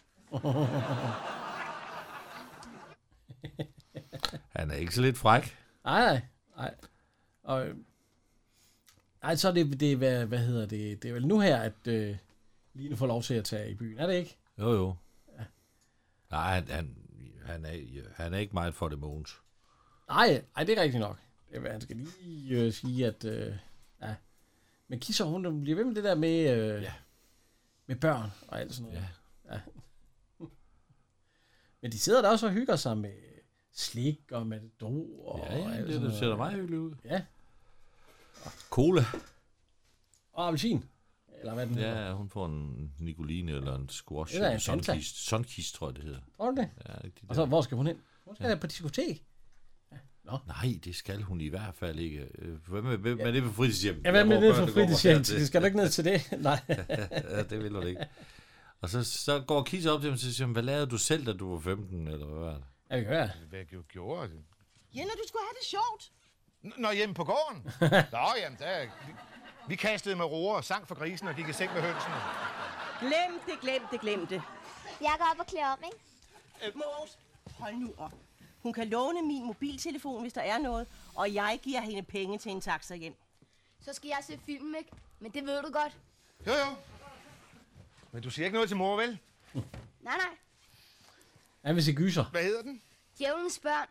Han er ikke så lidt fræk. Nej, nej, nej. Og, øh, nej, så er det, det hvad, hvad hedder det, det er vel nu her, at øh, Line får lov til at tage i byen, er det ikke? Jo, jo. Ja. Nej, han, han, han, er, han er ikke meget for det, Mogens. Nej, nej, det er rigtigt nok. Det, han skal lige øh, sige, at... Øh, ja. Men Kisser, hun bliver ved med det der med, øh, ja. med børn og alt sådan noget. Ja. Ja. Men de sidder der også og hygger sig med slik og matador. Og Ja, ja, alt det, sådan det ser da noget. meget hyggeligt ud. Ja. Cola. Og appelsin. Eller hvad den hedder. Ja, hun får en Nicoline eller en squash. Eller en Eller Fanta. Sunkist, Sunkist, tror jeg, det hedder. Tror du det? Ja, det er de Og så, der. hvor skal hun hen? Hun skal ja. på diskotek. Nå. Nej, det skal hun i hvert fald ikke. Øh, Hvad med, hvad med det på fritidshjem? Ja, hvad med Hvor det børn, for der går fritidshjem? dertil. Det skal du ikke ned til det? Nej. Ja, det vil du ikke. Og så, så går Kisa op til ham og siger, hvad lavede du selv, da du var femten, eller hvad var det? Ja, vi hører. Hvad jeg gjorde det? Ja, når du skulle have det sjovt. Nå, hjemme på gården? Nå, jamen, der, vi, vi kastede med roer og sang for grisen, og gik i seng med hønsene. Glem det, glem det, glem det. Jeg går op og klæder om, ikke? Øh, Mås, hold nu op. Hun kan låne min mobiltelefon, hvis der er noget, og jeg giver hende penge til en taxa hjem. Så skal jeg se film, ikke? Men det ved du godt. Jo, jo. Men du siger ikke noget til mor, vel? Nej, nej. Han vil se gyser. Hvad hedder den? Djævelens børn.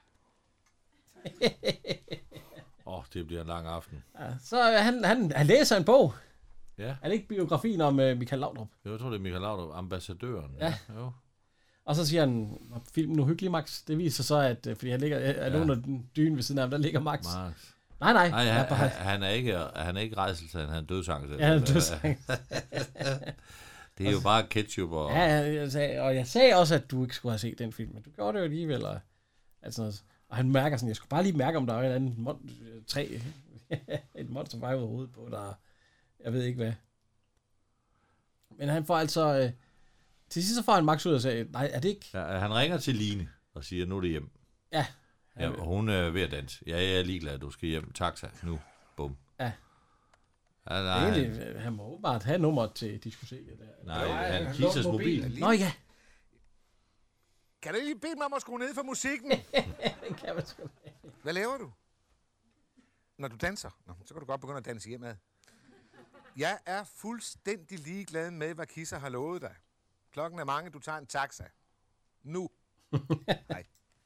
Åh, oh, det bliver en lang aften. Ja, så han, han, han læser en bog. Ja. Er det ikke biografien om uh, Michael Laudrup? Jo, jeg tror, det er Michael Laudrup, ambassadøren. Ja. Jo. Og så siger han, var filmen nu hyggelig, Max? Det viser så, at uh, fordi han ligger er Ja. under den dyne ved siden af ham, der ligger Max. Max. Nej, nej. Nej, Ja, han, bare- han, han er ikke, han er ikke rejselsand, han er dødsangst. Ja, han er dødsangst. Det er jo bare ketchup og... Ja, jeg sagde, og jeg sagde også, at du ikke skulle have set den film, men du gjorde det jo alligevel. Og, altså, og han mærker sådan, jeg skulle bare lige mærke, om der var en anden mon- træ, et monster på vej ud af hovedet på, der, jeg ved ikke hvad. Men han får altså, øh, til sidst så får han Max ud og siger, nej, er det ikke? Ja, han ringer til Line og siger, nu er det hjem. Ja. Ja, og hun er ved at danse. Ja, jeg er ligeglad, du skal hjem. Taxa, nu. Bum. Ja. Ja, Det nej, er egentlig, han må åbenbart have nummeret til diskoteket der. nej, han Kisas mobil. Nå ja. Kan du lige bede mig om at skrue ned for musikken? Den kan man sgu da. Hvad laver du? Når du danser? Nå, så kan du godt begynde at danse hjemad. Jeg er fuldstændig ligeglad med, hvad Kisser har lovet dig. Klokken er mange, du tager en taxa. Nu. Nej.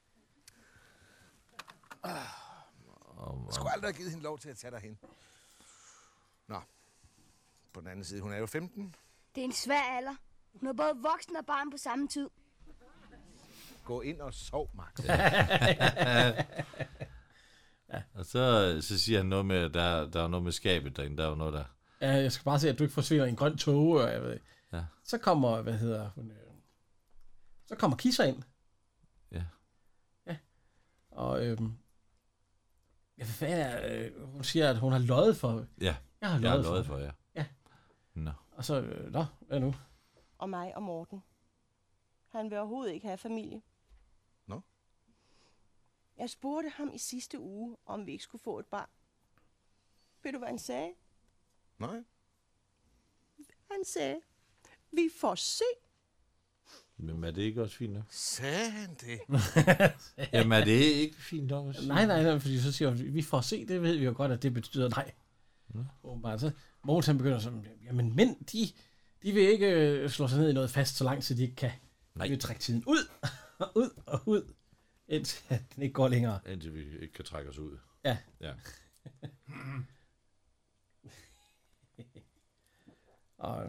Jeg skulle aldrig have givet hende lov til at tage dig hen. Nå. På den anden side, hun er jo femten. Det er en svær alder. Hun er både voksen og barn på samme tid. Gå ind og sov, Max. Og så, så siger han noget med, at der, der er noget med skabet derinde. Der er jo noget, der... Ja, jeg skal bare se, at du ikke forsvinder i en grøn tåge, og jeg ved ikke. Ja. Så kommer, hvad hedder hun, øh, så kommer Kisser ind. Ja. Ja. Og, øhm, ja, hvad fanden er, øh, hun siger, at hun har løjet for... Ja, jeg har løjet, jeg har løjet for, for, ja. Ja. Nå. Og så, øh, nå, hvad nu? Og mig og Morten. Han vil overhovedet ikke have familie. Nå? Jeg spurgte ham i sidste uge, om vi ikke skulle få et barn. Ved du, hvad han sagde? Nej. Han sagde, vi får se. Men er det ikke også fint nok? Sagde han det? Jamen er det ikke fint nok? at sige? Nej, nej, nej, fordi så siger hun, vi får se, det ved vi jo godt, at det betyder nej. Åbenbart. Så Mogens han begynder sådan, jamen mænd, de, de vil ikke øh, slå sig ned i noget fast, så langt, så de ikke kan. Nej. De vil trække tiden ud, og ud og ud, indtil den ikke går længere. Indtil vi ikke kan trække os ud. Ja. Ja. og,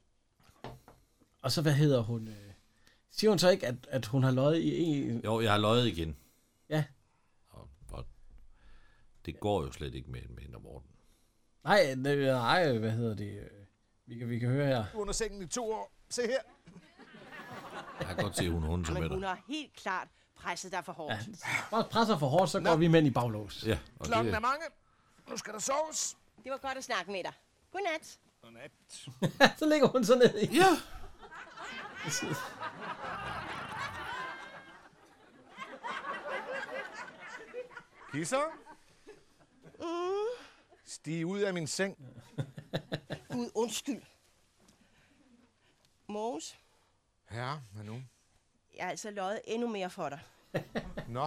og så, hvad hedder hun? Øh, siger hun så ikke, at, at hun har løjet i en... Jo, jeg har løjet igen. Ja. Og, og det går jo slet ikke med, med hende og Morten. Nej, nej, hvad hedder det? øh, Vi kan, vi kan høre her. Under sengen i to år. Se her. Jeg kan godt se, at hun hunder sig Men med hun dig. har helt klart presset dig for hårdt. Ja, bare presser for hårdt, så går vi mænd i baglås. Ja, og Klokken det, er mange. Nu skal der soves. Det var godt at snakke med dig. Godnat. Godnat. Så ligger hun så ned i. Ja. Kisser? Mm. Stig ud af min seng. Gud, undskyld. Mogens, Ja, hvad nu? jeg har altså løjet endnu mere for dig. Nå.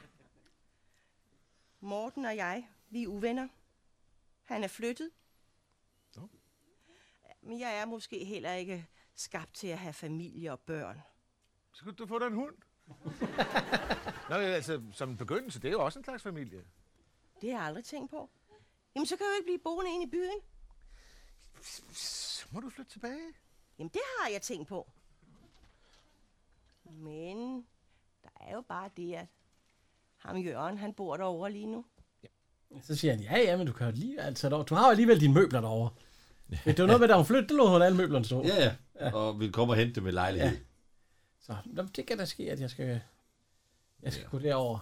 Morten og jeg, vi er uvenner. Han er flyttet. Nå. Men jeg er måske heller ikke skabt til at have familie og børn. Så kan du få dig en hund. Nå, altså, som en begyndelse, det er jo også en slags familie. Det har jeg aldrig tænkt på. Jamen, så kan jeg jo ikke blive boende inde i byen. Så må du flytte tilbage. Jamen, det har jeg tænkt på. Men der er jo bare det, at Ham Jørgen, han bor derovre lige nu. Så siger han, ja, ja, men du kan jo lige, altså, du har jo alligevel dine møbler derovre. Det var noget med, da hun flyttede, det lå hun alle møblerne stå. Ja, ja, ja. Og vi kommer og hente dem med lejlighed. Ja. Så det kan da ske, at jeg skal, jeg skal ja. gå derover.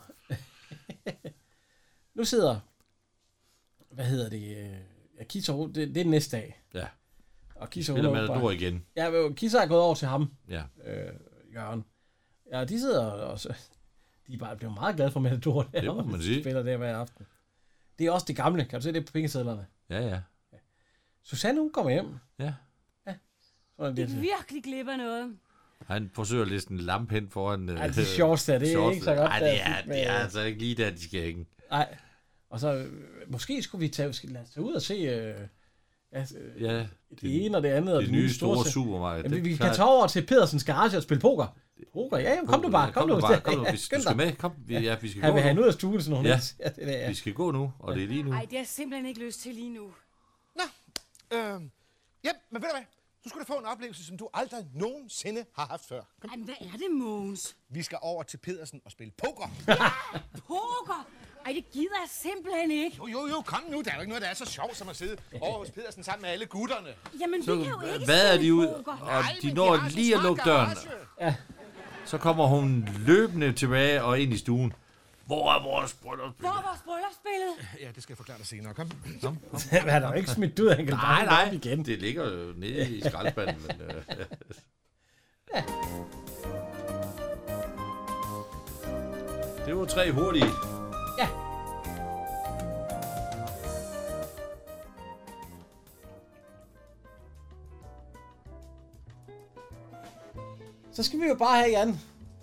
Nu sidder, hvad hedder det, jeg Kisser, det, det er den næste dag. Ja. Og Kisser, spiller Matador igen. Ja, Kisser er gået over til ham, ja. øh, Jørgen. Ja, de sidder også, de er bare blevet meget glade for Matador. Det må man sige. De spiller der hver aften. Det er også det gamle, kan du se det på pengesedlerne? Ja, ja. ja. Susanne, hun kommer hjem. Ja. Ja. Sådan det er virkelig glip af noget. Han forsøger at læse en lampe hen foran... Ej, det er sjovt, det er sjovt. ikke så godt. Nej, det er, det er altså ikke lige der, de skal hænge. Nej. Og så, måske skulle vi tage, lad os tage ud og se... Øh, ja, ja, det, det ene og det andet. Det, og det nye store, store supermarked. Ja, vi, vi kan tage over til Pedersens garage og spille poker. Poker? Ja, jamen, kom du bare. Kom, kom du bare. Kom du, vi skal med. Kom, vi, ja, vi skal han gå vil have han ud af stuen, sådan nogle. Ja. Ja, det der, ja. Vi skal gå nu, og det er lige nu. Nej, det har jeg simpelthen ikke lyst til lige nu. Nå, øh, ja, men ved du hvad? Du skal da få en oplevelse, som du aldrig nogensinde har haft før. Kom. Ej, hvad er det, Mogens? Vi skal over til Pedersen og spille poker. Ja, poker? Ej, det gider jeg simpelthen ikke. Jo, jo, jo, kom nu. Der er jo ikke noget, der er så sjovt som at sidde over hos Pedersen sammen med alle gutterne. Jamen, så, vi kan jo ikke hvad er de ude? Og Nej, de når de lige at lukke døren. Ja. Så kommer hun løbende tilbage og ind i stuen. Hvor er vores bryllupsbillede? Hvor er vores bryllupsbillede? Ja, det skal jeg forklare dig senere. Kom. Kom. Hvad er der ikke smidt ud? Han kan nej, bare nej. Igen. Det ligger jo nede i skraldespanden. men, øh, ja. Det var tre hurtige. Ja. Så skal vi jo bare have Jan.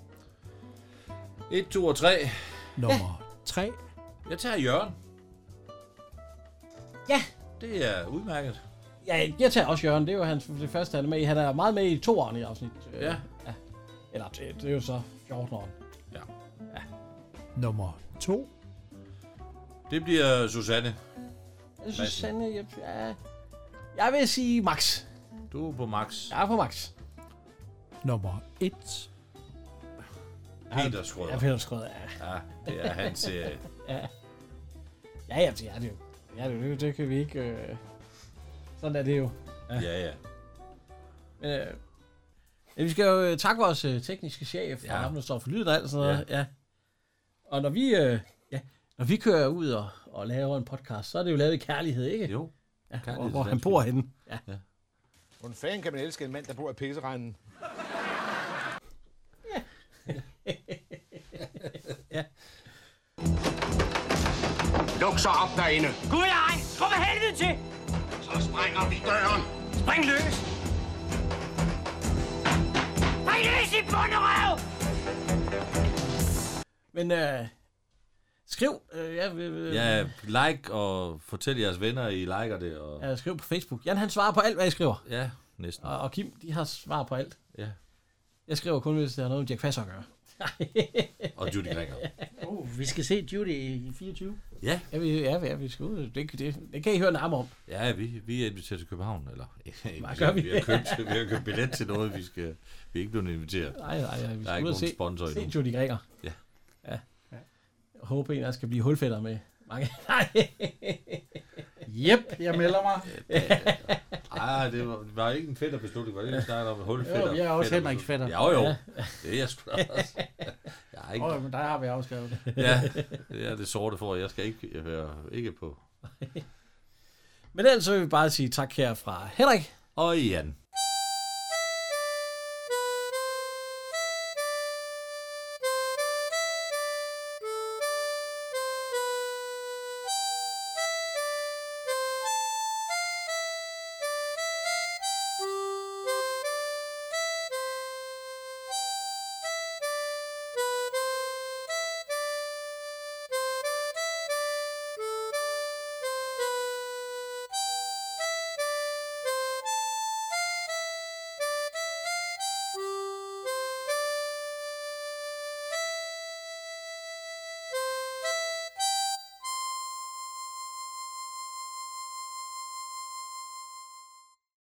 et, to og tre. Nummer tre. Jeg tager Jørgen. Ja. Det er udmærket. Ja, jeg tager også Jørgen. Det er jo hans, det første, han er med i. Han er meget med i toeren i afsnit. Ja. ja. Eller det, det er jo så fjorteneren. Ja. ja. Nummer to. Det bliver Susanne. Susanne, jeg, ja, jeg vil sige Max. Du er på Max. Jeg er på Max. Nummer et. Peter Schrøder. Ja, Peter Schrøder, ja. Ja, det er hans serie. ja. Ja, ja, det er det jo. Ja, det, det, det kan vi ikke... Øh... Sådan er det jo. Ja, ja. ja. Men, øh... ja, vi skal jo øh, takke vores øh, tekniske chef, og ja. ham, der står for lyden og alt sådan noget. Ja. Ja. Og når vi, øh... ja, når vi kører ud og, og laver en podcast, så er det jo lavet i kærlighed, ikke? Jo. Ja, hvor, hvor han bor henne. Ja. ja. Hvordan fanden kan man elske en mand, der bor i pisseregnen? ja. Luk så op derinde. Gud nej! Kom for helvede til! Så sprænger vi døren. Spring løs! Spring løs i bunderøv! Men øh, skriv, øh, ja, øh, ja, like og fortæl jeres venner, I liker det. Og... Ja, skriv på Facebook. Jan, han svarer på alt, hvad I skriver. Ja, næsten. Og, og Kim, de har svar på alt. Ja. Jeg skriver kun, hvis det har noget med Jack Fasser at gøre. Og Judy Greger. Oh, vi skal se Judy i fireogtyve. Ja. Ja, vi, ja, ja, vi skal ud. Det, det, det kan I høre nærmere om. Ja, vi, vi er inviteret til København. Eller, Hvad gør vi? Vi har, købt, vi har købt billet til noget, vi skal vi er ikke blevet inviteret. Nej, nej, ja, vi der er skal ud og se, sponsor se Judy Greger. Ja. Ja. Jeg håber, en af skal blive hulfætter med mange. Nej. Jep, jeg melder mig. Nej, det var, det var ikke en fætter beslutning. Var det ikke snakket om en hulfætter? Jo, jeg er også Henriks fætter. Jo, jo. Ja. Det er jeg sgu da også. Jeg er ikke... Oh, men der har vi afskrevet det. Ja, det er det sorte for. Jeg skal ikke høre ikke på. Men ellers vil vi bare sige tak her fra Henrik og Jan.